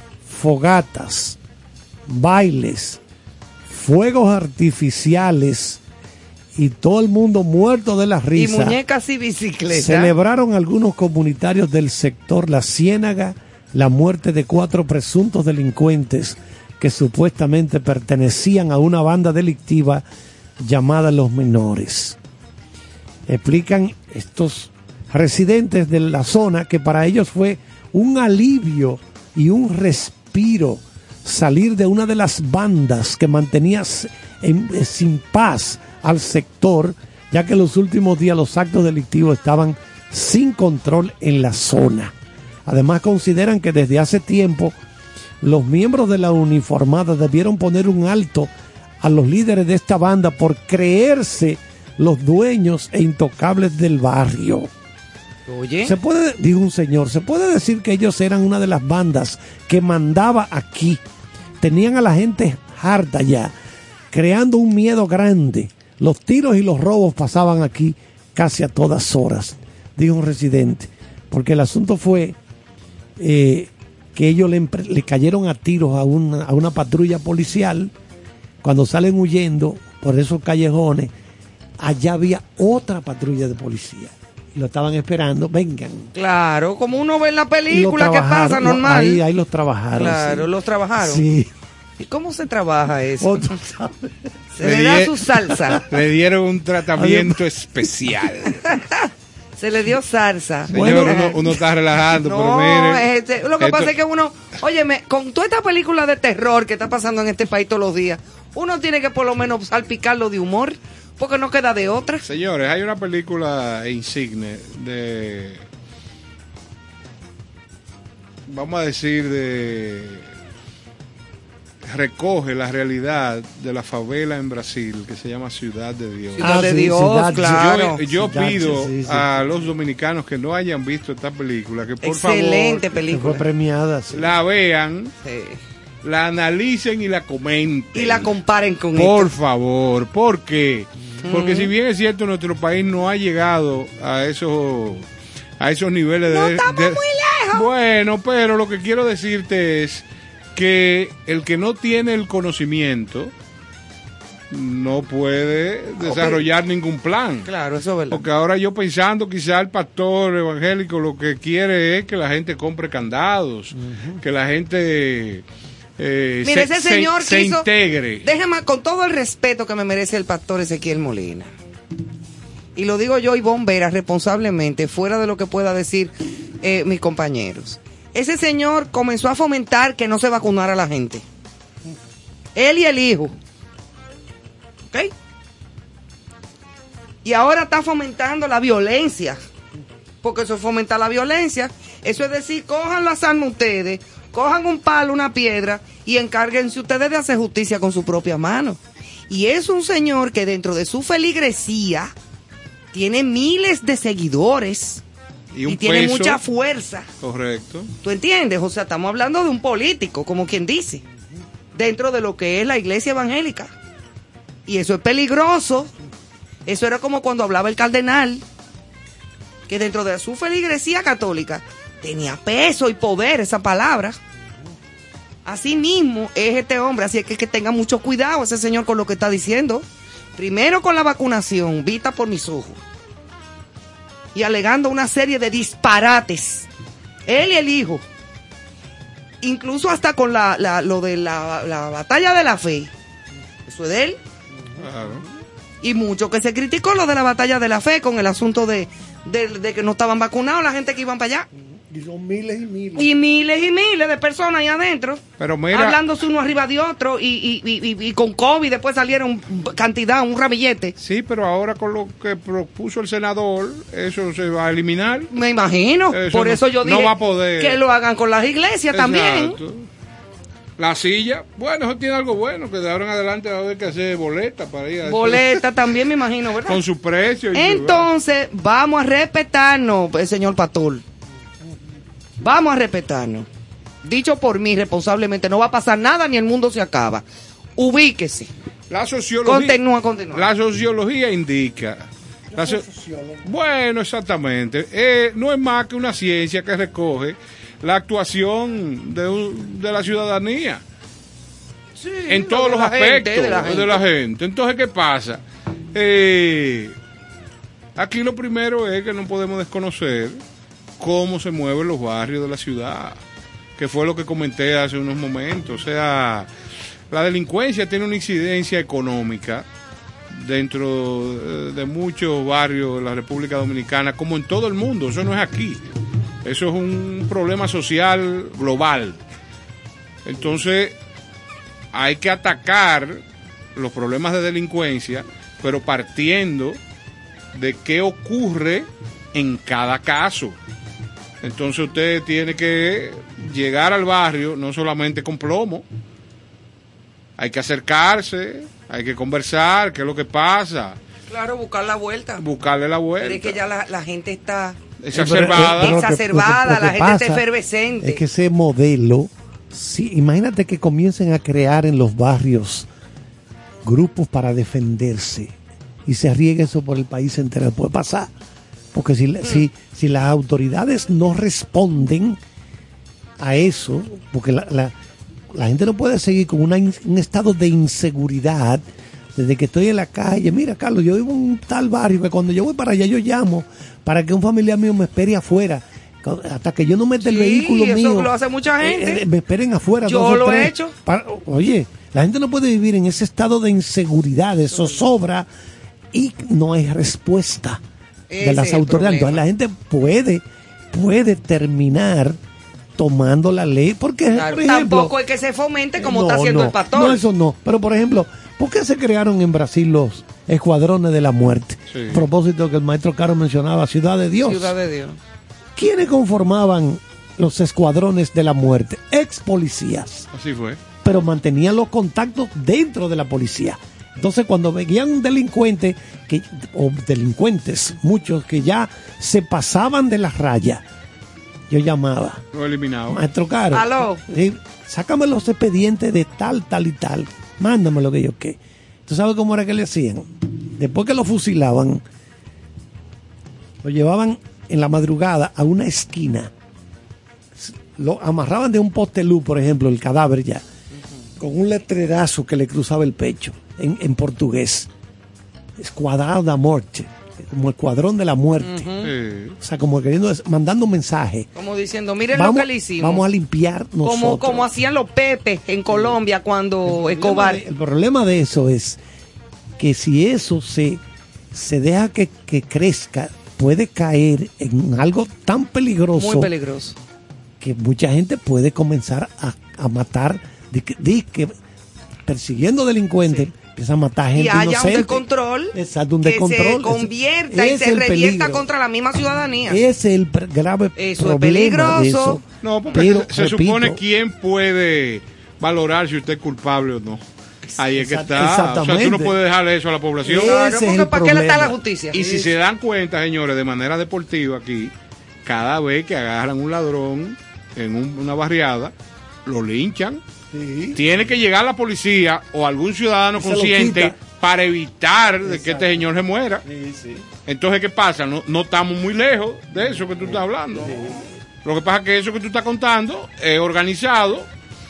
fogatas, bailes, fuegos artificiales y todo el mundo muerto de la Y risa. muñecas y bicicletas. Celebraron algunos comunitarios del sector La Ciénaga la muerte de cuatro presuntos delincuentes que supuestamente pertenecían a una banda delictiva llamada Los Menores. Explican estos residentes de la zona que para ellos fue un alivio y un respiro salir de una de las bandas que mantenía en, sin paz al sector, ya que en los últimos días los actos delictivos estaban sin control en la zona. Además consideran que desde hace tiempo los miembros de la uniformada debieron poner un alto a los líderes de esta banda por creerse los dueños e intocables del barrio. Oye. Se puede, dijo un señor, se puede decir que ellos eran una de las bandas que mandaba aquí. Tenían a la gente harta ya, creando un miedo grande. Los tiros y los robos pasaban aquí casi a todas horas, dijo un residente. Porque el asunto fue eh, que ellos le, le cayeron a tiros a una, a una patrulla policial. Cuando salen huyendo por esos callejones, allá había otra patrulla de policía. Y lo estaban esperando, vengan. Claro, como uno ve en la película que pasa normal. Ahí, ahí los trabajaron. Claro, sí. los trabajaron. Sí. ¿Y cómo se trabaja eso? Otro sabe. Se le, le da su salsa. Le dieron un tratamiento especial. Se le dio salsa. Señor, bueno, uno, uno está relajando, no, pero mire. Este, lo que esto... pasa es que uno, óyeme, con toda esta película de terror que está pasando en este país todos los días, uno tiene que por lo menos salpicarlo de humor, porque no queda de otra. Señores, hay una película insigne de, vamos a decir, de recoge la realidad de la favela en Brasil, que se llama Ciudad de Dios. Ciudad ah, de sí, Dios, Ciudad, claro. Yo, yo Ciudad, pido sí, sí. a los dominicanos que no hayan visto esta película, que por Excelente favor película. Fue premiada, sí. la vean, sí. la analicen y la comenten. Y la comparen con Por esto. favor, ¿por qué? Porque mm. si bien es cierto, nuestro país no ha llegado a esos, a esos niveles no de... estamos de, muy lejos. Bueno, pero lo que quiero decirte es que el que no tiene el conocimiento no puede desarrollar okay. ningún plan. Claro, eso es verdad. Porque ahora yo pensando, quizá el pastor evangélico lo que quiere es que la gente compre candados, uh-huh. que la gente eh, Mire, se, ese señor se, quiso, se integre. Déjame, con todo el respeto que me merece el pastor Ezequiel Molina, y lo digo yo, Ivonne Vera, responsablemente, fuera de lo que pueda decir eh, mis compañeros. Ese señor comenzó a fomentar que no se vacunara la gente. Él y el hijo. ¿Ok? Y ahora está fomentando la violencia. Porque eso es fomentar la violencia. Eso es decir, cojan las armas ustedes, cojan un palo, una piedra y encárguense ustedes de hacer justicia con su propia mano. Y es un señor que dentro de su feligresía tiene miles de seguidores. Y, y tiene peso, mucha fuerza. Correcto. ¿Tú entiendes? O sea, estamos hablando de un político, como quien dice, dentro de lo que es la iglesia evangélica. Y eso es peligroso. Eso era como cuando hablaba el cardenal, que dentro de su feligresía católica tenía peso y poder esa palabra. Así mismo es este hombre, así es que, que tenga mucho cuidado ese señor con lo que está diciendo. Primero con la vacunación, vista por mis ojos. Y alegando una serie de disparates. Él y el hijo. Incluso hasta con la, la, lo de la, la batalla de la fe. Eso es de él. Claro. Y mucho que se criticó lo de la batalla de la fe con el asunto de, de, de que no estaban vacunados la gente que iban para allá. Y son miles y miles. Y miles y miles de personas ahí adentro. Pero mira, hablándose uno arriba de otro y, y, y, y, y con COVID después salieron cantidad, un ramillete. Sí, pero ahora con lo que propuso el senador, eso se va a eliminar. Me imagino. Eso Por no, eso yo dije no va a poder. Que lo hagan con las iglesias. Exacto. También. La silla, bueno, eso tiene algo bueno, que de ahora en adelante va a haber que hacer boleta para ir a boleta eso. También me imagino, ¿verdad? Con su precio. Y entonces, su... vamos a respetarnos, el señor pastor. Vamos a respetarnos. Dicho por mí responsablemente, no va a pasar nada ni el mundo se acaba. Ubíquese. La sociología. Continúa, continúa. La sociología indica. La so... Bueno, exactamente. Eh, no es más que una ciencia que recoge la actuación de, un- de la ciudadanía. Sí, En todos de los la aspectos gente, de la de la gente. Entonces, ¿qué pasa? Eh, aquí lo primero es que no podemos desconocer cómo se mueven los barrios de la ciudad, que fue lo que comenté hace unos momentos. O sea, la delincuencia tiene una incidencia económica dentro eh, de muchos barrios de la República Dominicana, como en todo el mundo. Eso no es aquí. Eso es un problema social global. Entonces, hay que atacar los problemas de delincuencia, pero partiendo de qué ocurre en cada caso. Entonces usted tiene que llegar al barrio no solamente con plomo, hay que acercarse, hay que conversar, qué es lo que pasa, Claro, buscar la vuelta. buscarle la vuelta. Pero es que ya la, la gente está exacerbada. Pero lo que- exacerbada, lo que- lo la que gente está pasa efervescente. Es que ese modelo, sí, imagínate que comiencen a crear en los barrios grupos para defenderse y se riegue eso por el país entero. Puede pasar. Porque si, si, si las autoridades no responden a eso, porque la, la, la gente no puede seguir con una, in- un estado de inseguridad desde que estoy en la calle. Mira, Carlos, yo vivo en un tal barrio que cuando yo voy para allá yo llamo para que un familiar mío me espere afuera. Hasta que yo no meta el Sí, vehículo eso mío. lo hace mucha gente. eh, eh, me esperen afuera. Yo dos o lo he tres. hecho. Para- oye, la gente no puede vivir en ese estado de inseguridad, de zozobra, y no hay respuesta Ese de las es el autoridades. problema. Entonces la gente puede, puede terminar tomando la ley. Porque, Claro, por ejemplo, tampoco es que se fomente como no, está haciendo no, el pastor. No, eso no. Pero, por ejemplo, ¿por qué se crearon en Brasil los escuadrones de la muerte? Sí. A propósito que el maestro Caro mencionaba, Ciudad de Dios. Ciudad de Dios. ¿Quiénes conformaban los escuadrones de la muerte? Ex policías, Así fue. pero mantenían los contactos dentro de la policía. Entonces, cuando veían un delincuente, que, o delincuentes, muchos que ya se pasaban de las rayas, yo llamaba, Lo eliminado. maestro Caro, Aló. sí, sácame los expedientes de tal, tal y tal, mándame lo que yo que. ¿Tú sabes cómo era que le hacían? Después que lo fusilaban, lo llevaban en la madrugada a una esquina, lo amarraban de un poste luz, por ejemplo, el cadáver ya, con un letrerazo que le cruzaba el pecho en, en portugués, escuadrado da morte, como escuadrón de la muerte. Sí. O sea, como queriendo, mandando un mensaje. Como diciendo, miren Vamos, lo que le hicimos. vamos a limpiar nosotros. como, como hacían los pepes en Colombia cuando El Escobar. problema de- el problema de eso es que si eso se, se deja que, que crezca, puede caer en algo tan peligroso, Muy peligroso. que mucha gente puede comenzar a, a matar, de que, de que persiguiendo delincuentes, empieza a matar gente Y haya inocente. un descontrol. Exacto, un que descontrol. se convierta y Ese se es el revierta peligro. contra la misma ciudadanía. Ese es el pre- grave Eso es problema peligroso. de eso. No, porque Pero, se, se repito, supone quién puede valorar si usted es culpable o no. Ahí es que Exact- está. O sea, tú no exactamente. puedes dejarle eso a la población. Ese Claro, es porque el ¿para qué le está la problema. justicia? Y si se dan cuenta, señores, de manera deportiva aquí, cada vez que agarran un ladrón en un- una barriada, lo linchan. Sí. Tiene que llegar la policía o algún ciudadano Y se lo consciente quita. para evitar de que Exacto. este señor se muera. Sí, sí. Entonces, ¿qué pasa? No, no estamos muy lejos de eso que tú estás hablando. Lo que pasa es que eso que tú estás contando es organizado,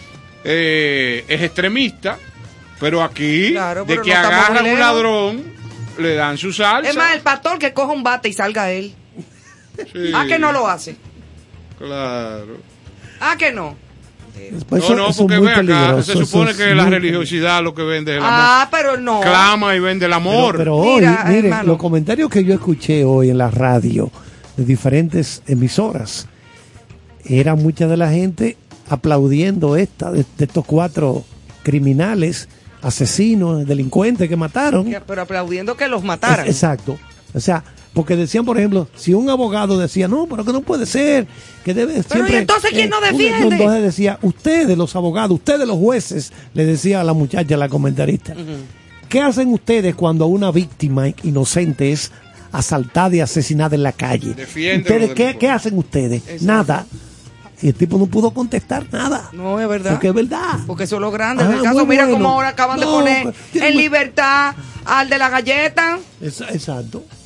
eh, es extremista, pero aquí, Claro, de pero que no estamos muy agarran un lejos. ladrón, le dan su salsa. Es más, el pastor que coja un bate y salga él. Sí, ¿A que no lo hace? Claro. ¿A que no? Después no, eso- no, eso es porque muy ven acá, peligroso, se supone eso que es la muy religiosidad lo que vende es el amor. Ah, pero no. Clama y vende el amor. Pero, pero Mira, hoy, miren, hermano. los comentarios que yo escuché hoy en la radio de diferentes emisoras, era mucha de la gente aplaudiendo esta, de, de estos cuatro criminales, asesinos, delincuentes que mataron. Que- Pero aplaudiendo que los mataran. Es- exacto. O sea, porque decían, por ejemplo, si un abogado decía, no, pero que no puede ser, que debe siempre... ¿y entonces quién no uno- defiende? Entonces decía, ustedes los abogados, ustedes los jueces, le decía a la muchacha, a la comentarista, ¿qué hacen ustedes cuando una víctima inocente es asaltada y asesinada en la calle? Defienden ¿Ustedes lo del qué, pueblo. qué hacen ustedes? Exacto. Nada. Y el tipo no pudo contestar nada. No, es verdad. Porque es verdad. Porque eso es lo grande Ah, del caso. muy Mira bueno. cómo ahora acaban de No, poner tiene en muy- libertad al de la galleta. Es- exacto.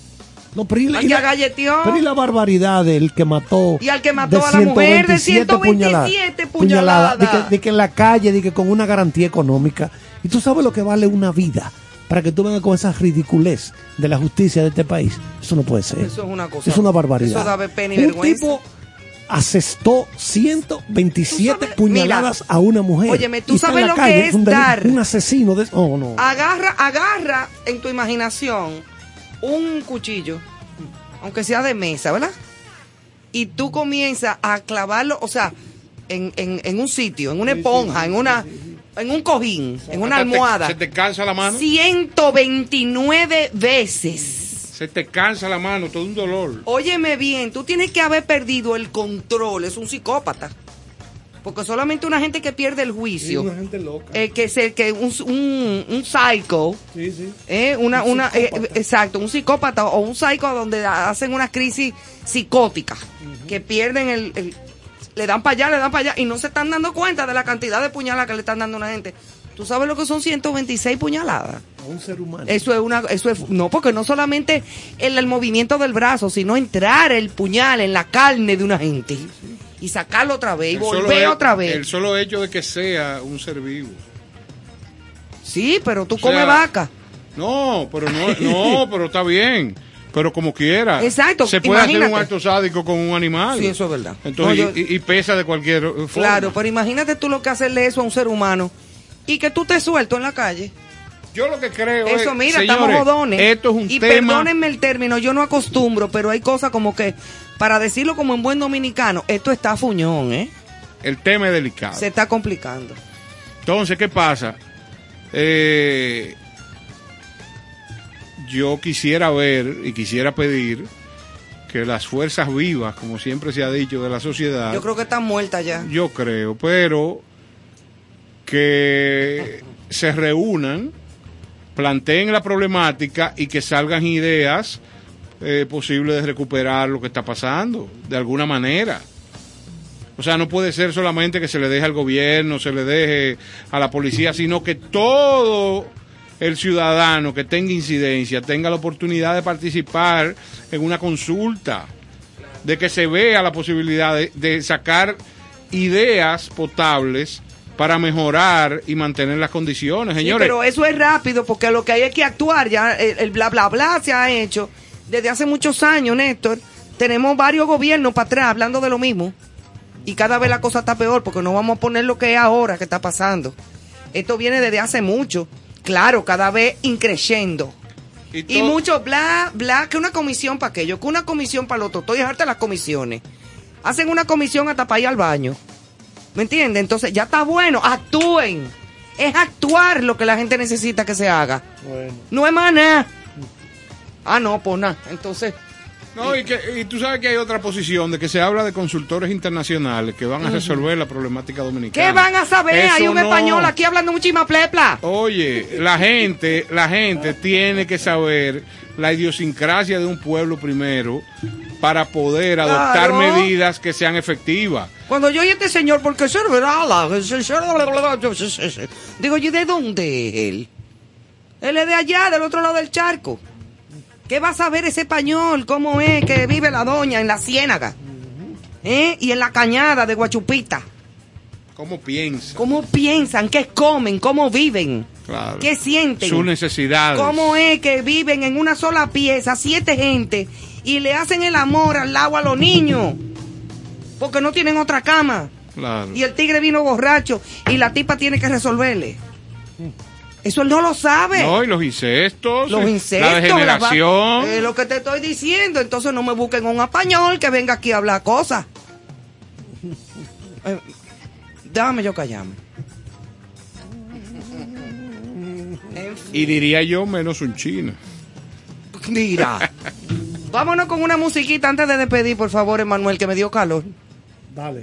No, pero y la, Al y que la- agalleteó. pero y la barbaridad del que mató. Y al que mató a la mujer de ciento veintisiete puñaladas. De que, de que en la calle, de que con una garantía económica. Y tú sabes lo que vale una vida para que tú vengas con esa ridiculez de la justicia de este país. Eso no puede ser. Eso es una cosa. Es una barbaridad. Eso da pena y Un vergüenza. tipo asestó ciento veintisiete Tú sabes- puñaladas mira, a una mujer. óyeme, ¿tú Y está en sabes la lo que calle, es un, deli- dar? un asesino de... Oh, no. Agarra, agarra en tu imaginación un cuchillo, aunque sea de mesa, ¿verdad? Y tú comienzas a clavarlo, o sea, en, en, en un sitio, en una esponja, en una, en un cojín, en una Hasta te- almohada. Se te cansa la mano. ciento veintinueve veces. Se te cansa la mano, todo un dolor. Óyeme bien, tú tienes que haber perdido el control, es un psicópata. Porque solamente una gente que pierde el juicio, Una gente loca. eh, que es el que un, un, un psycho, Sí, sí. eh, una, Un una, eh, psicópata. exacto, un psicópata o un psycho donde hacen una crisis psicótica, que pierden el, el- le dan para allá, le dan para allá y no se están dando cuenta de la cantidad de puñaladas que le están dando a una gente. ¿Tú sabes lo que son ciento veintiséis puñaladas? A un ser humano. Eso es una, eso es, no, porque no solamente el, el movimiento del brazo, sino entrar el puñal en la carne de una gente y sacarlo otra vez y El solo volver he- otra vez. El solo hecho de que sea un ser vivo. Sí, pero tú O sea, comes vaca. No, pero no, no, pero está bien. Pero como quiera. Exacto, Se puede hacer imagínate. un acto sádico con un animal. Sí, eso es verdad. Entonces, No, yo- y, y pesa de cualquier forma. Claro, pero imagínate tú lo que hacerle eso a un ser humano y que tú te suelto en la calle. Yo lo que creo Eso, es, mira, señores, estamos jodones. esto es un y tema. perdónenme el término, yo no acostumbro, pero hay cosas como que, para decirlo como en buen dominicano, esto está fuñón, ¿eh? El tema es delicado. Se está complicando. Entonces, ¿qué pasa? Eh, yo quisiera ver y quisiera pedir que las fuerzas vivas, como siempre se ha dicho, de la sociedad, Yo creo que está muerta ya. yo creo, pero que se reúnan, planteen la problemática y que salgan ideas eh, posibles de recuperar lo que está pasando, de alguna manera. O sea, no puede ser solamente que se le deje al gobierno, se le deje a la policía, sino que todo el ciudadano que tenga incidencia tenga la oportunidad de participar en una consulta, de que se vea la posibilidad de, de sacar ideas potables para mejorar y mantener las condiciones, Sí, señores. pero eso es rápido porque lo que hay es que actuar. Ya el, el bla bla bla se ha hecho desde hace muchos años, Néstor. Tenemos varios gobiernos para atrás hablando de lo mismo y cada vez la cosa está peor porque no vamos a poner lo que es ahora que está pasando. Esto viene desde hace mucho. Claro, cada vez increciendo. Y, Y todo- mucho bla, bla, que una comisión para aquello, que una comisión para lo otro. Estoy harta de las comisiones. Hacen una comisión hasta para ir al baño. ¿Me entiendes? Entonces ya está bueno, actúen. Es actuar lo que la gente necesita que se haga. Bueno. No es más nada. Ah, no, pues nada. Entonces, No, y, que, y tú sabes que hay otra posición de que se habla de consultores internacionales que van a resolver la problemática dominicana. ¿qué van a saber? Eso Hay un no. español aquí hablando un chimaplepla. Oye, la gente, la gente tiene que saber la idiosincrasia de un pueblo primero para poder adoptar Claro. medidas que sean efectivas. Cuando yo oí a este señor, porque se verá la... Digo, ¿y de dónde es él? Él es de allá, del otro lado del charco. ¿Qué va a saber ese español? ¿Cómo es que vive la doña en la ciénaga? ¿Eh? Y en la cañada de Guachupita. ¿Cómo piensa? ¿Cómo piensan? ¿Qué comen? ¿Cómo viven? Claro. ¿Qué sienten? Sus necesidades. ¿Cómo es que viven en una sola pieza, siete gente, y le hacen el amor al agua a los niños? Porque no tienen otra cama. Claro. Y el tigre vino borracho y la tipa tiene que resolverle. Eso él no lo sabe. No, y los incestos, Los eh, insectos. la degeneración. Es lo que te estoy diciendo. Entonces no me busquen un español que venga aquí a hablar cosas. Eh, déjame yo callarme. En fin, Y diría yo menos un chino. mira. Vámonos con una musiquita antes de despedir, por favor, Emanuel, que me dio calor. Dale.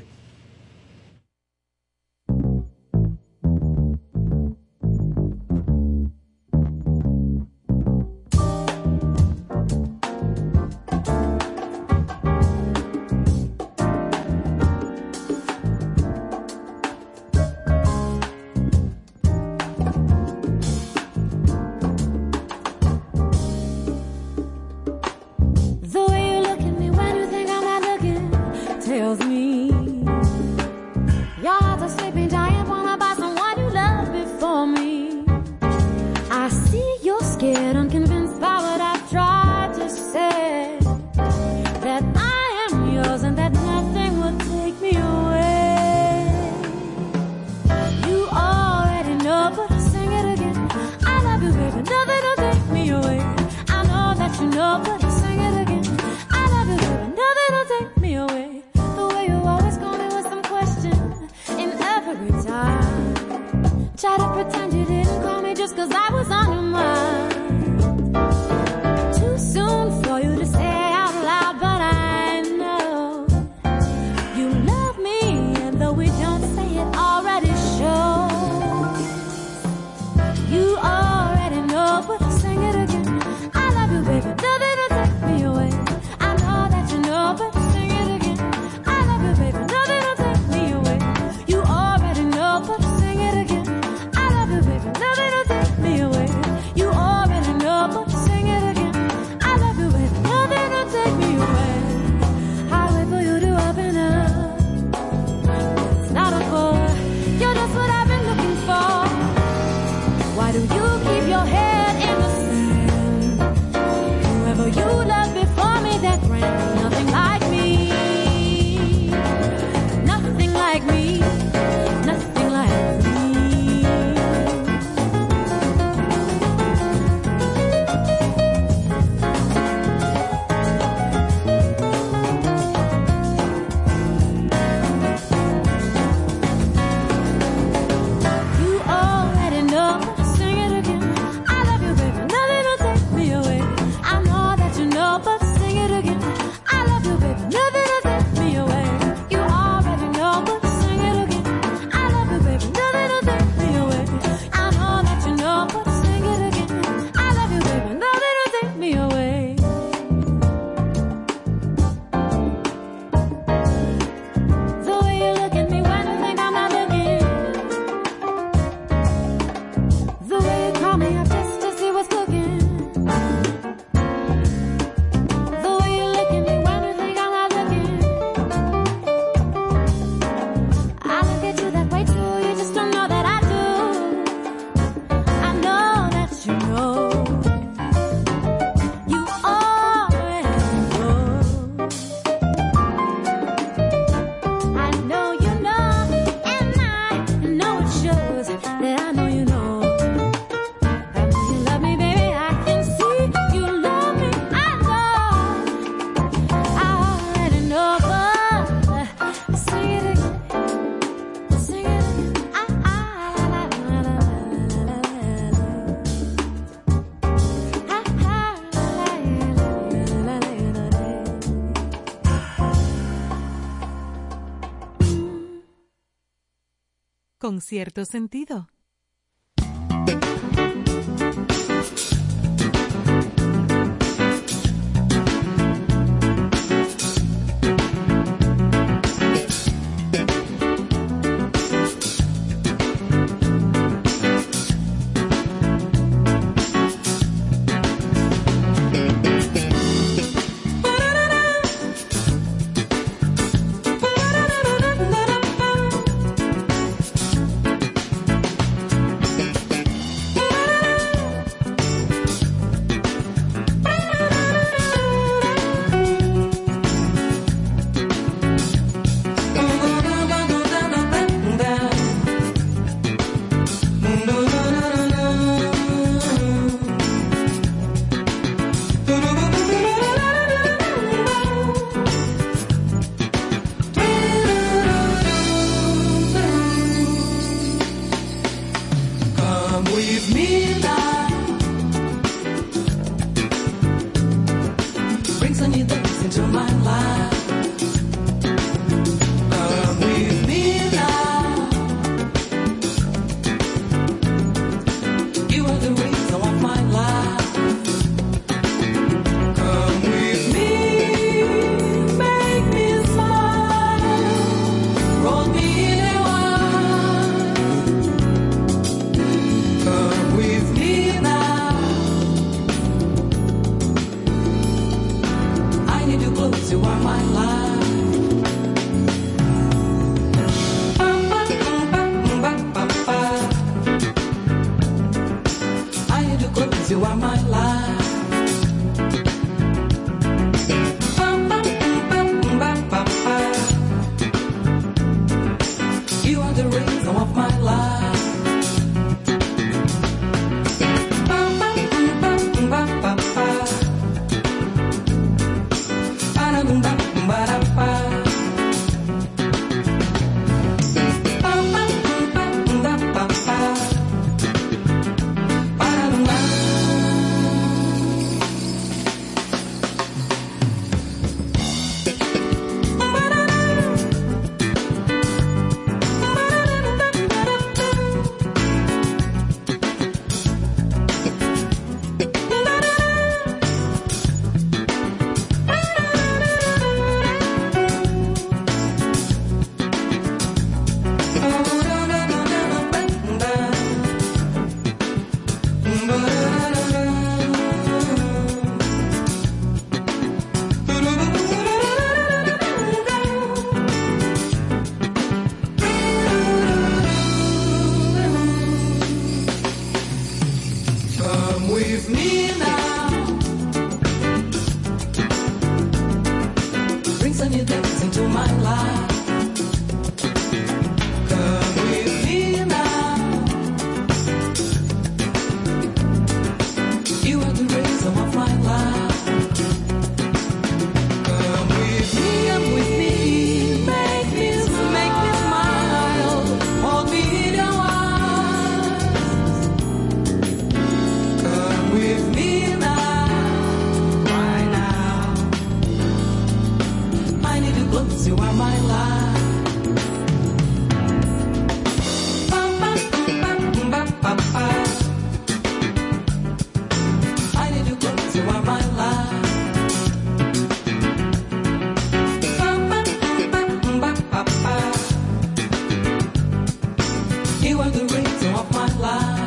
Try to pretend you didn't call me just cause I was on your mind. Too soon for you to say out loud, but I know you love me, and though we don't say it, already shows. You already know, but I'll sing it again. I love you, baby, nothing will take me away. I know that you know, but I'll sing it again. I love you, baby, nothing will take me away. You already know, but I'll sing it again. I love you, baby, nothing will take me away. You already know, but I'll sing it again. I love you, baby, nothing will take me away. I'll wait for you to open up. It's not a bore, you're just what I've been looking for. Why do you keep your head in the sand? Whoever you loved before me, that ran nothing like me. Nothing like me. Nothing like me. You already know. Sing it again. I love you, baby. Nothing will take me away. I know that you know, but sing it again. I love you, baby. Nothing will take me away. You already know, but sing it again. I love you, baby. Nothing will take me away. I know that you know, but sing it again. I love you, baby. Nothing will take me away. The way you look at me when you think I'm not looking. The way you call me up just to see what's cooking. The way you look at me when you think I'm not looking. I look at you that way too, you just don't know that I do. I know that you know. You already know. I know you know, and I know it shows that I know you know. I know you love me, baby, I can see you love me, I know. I already know, but sing it again, sing it again. Ah, ah, la, la, la, la, la, la, la, la. Ah, ah, la, la, la, la, la, la. Con cierto sentido. Come with me now. Bring some new things into my life. Come with me now. You are the reason of my life. Come with me, make me smile, roll me in a while. Come with me. Come with me now. Bring some new things into my life. Come with me now. You are the reason of my life. Come with me, come with me. Make me, make me smile. Hold me in your arms. Come with me now, right now. I need you close, you are my life. I need you close, you are my life. You are the reason of my life.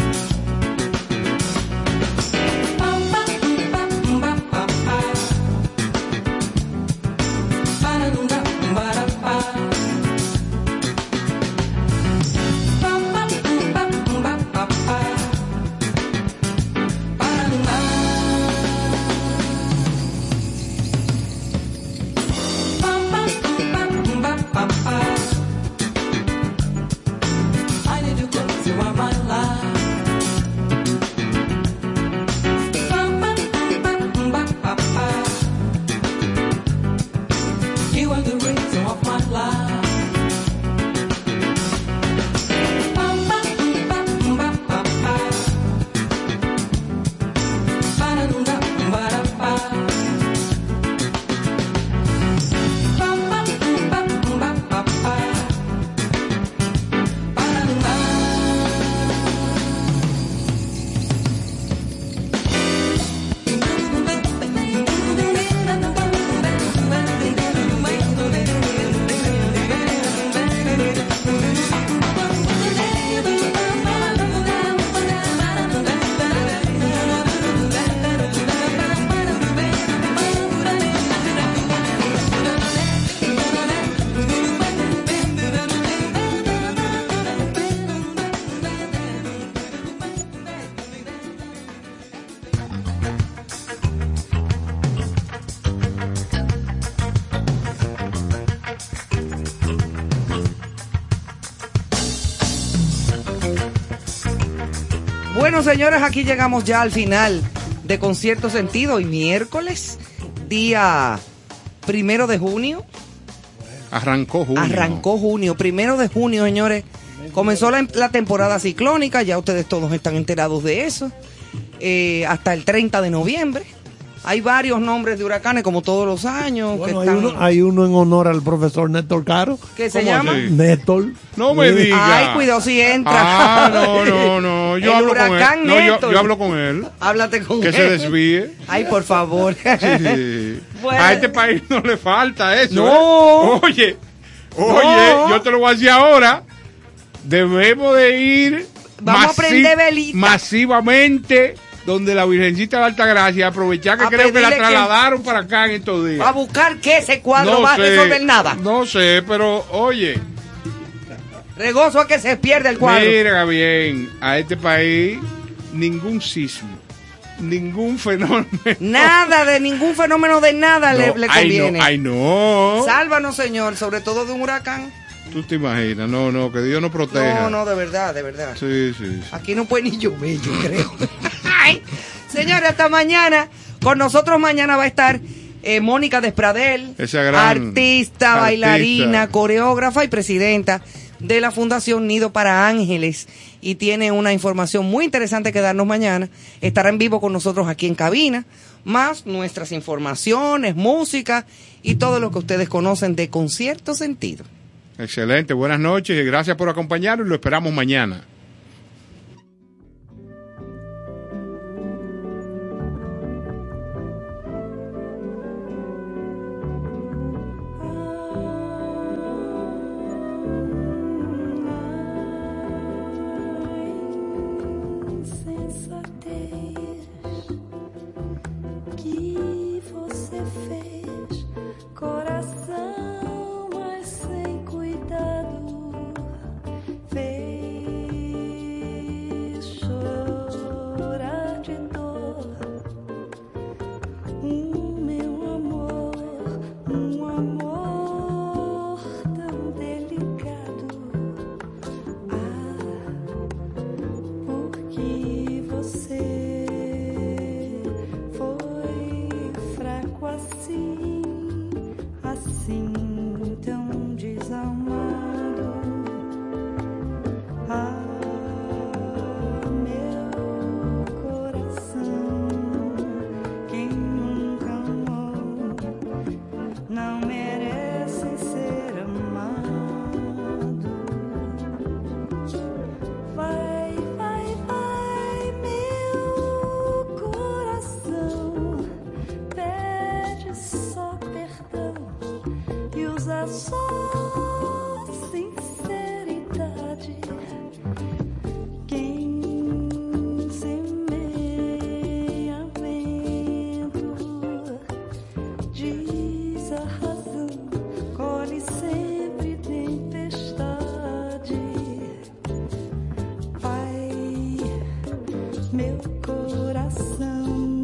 I need you close, you are my life. You are the reason of my life. Bueno, señores, aquí llegamos ya al final de Concierto Sentido y miércoles, día primero de junio. Arrancó junio. Arrancó junio, primero de junio, señores. Comenzó la, la temporada ciclónica, ya ustedes todos están enterados de eso. Eh, hasta el treinta de noviembre. Hay varios nombres de huracanes, como todos los años. Bueno, que hay, están... uno, hay uno en honor al profesor Néstor Caro. ¿Qué se ¿Cómo llama? así? Néstor. No me digas. Ay, cuidado si entra. Ah, no, no, no. Yo El hablo con huracán él. No, yo, Néstor. yo hablo con él. Háblate con Que él. se desvíe. Ay, por favor. Sí. Bueno. A este país no le falta eso. No. ¿eh? Oye, oye, No. yo te lo voy a decir ahora. Debemos de ir Vamos a prender velita. masivamente donde la Virgencita de Altagracia, aprovechar que A creo que la pedirle que- trasladaron para acá en estos días. A buscar que ese cuadro No va sé, a resolver nada. No sé, pero oye, Regoso a que se pierda el cuadro. mira bien, a este país ningún sismo, ningún fenómeno. Nada de ningún fenómeno de nada le, No, le ay, conviene. no, ay, no. Sálvanos, Señor, sobre todo de un huracán. Tú te imaginas, no, no, que Dios nos proteja. No, no, de verdad, de verdad. Sí, sí, sí. Aquí no puede ni llover, yo creo. Ay, señores, hasta mañana. Con nosotros mañana va a estar eh, Mónica Despradel, Esa gran artista, artista. bailarina, coreógrafa y presidenta de la Fundación Nido para Ángeles. Y tiene una información muy interesante que darnos mañana. Estará en vivo con nosotros aquí en cabina, más nuestras informaciones, música y todo lo que ustedes conocen de Concierto Sentido. Excelente, buenas noches y gracias por acompañarnos y lo esperamos mañana. Sensatez que você fez, coração, mas sem cuidado, fez só sinceridade. Quem semeia vento diz a razão, colhe sempre tempestade. Vai, meu coração,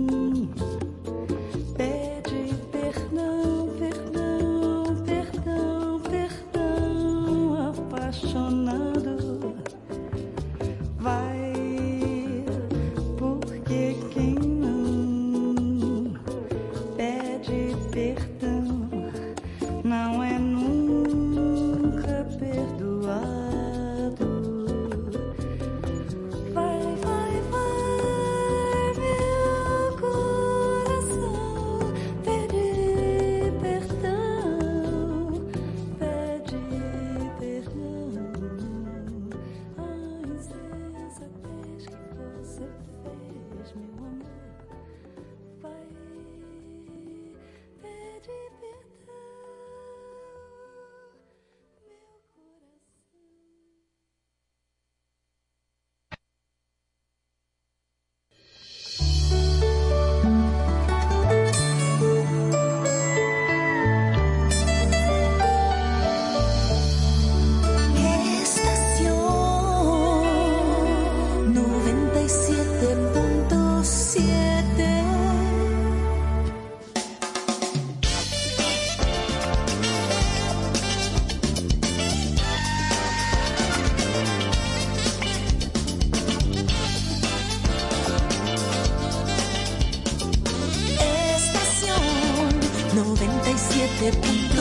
pede perdão, perdão, perdão, perdão, apaixonado. Vai, porque quem não pede perdão não é nunca perdoado. Vai, vai, vai, meu coração, pede perdão, pede perdão. As exatamente que você fez, meu amor. Vai, pede perdão, meu coração. Estación noventa y siete punto siete. Estación noventa y siete punto siete.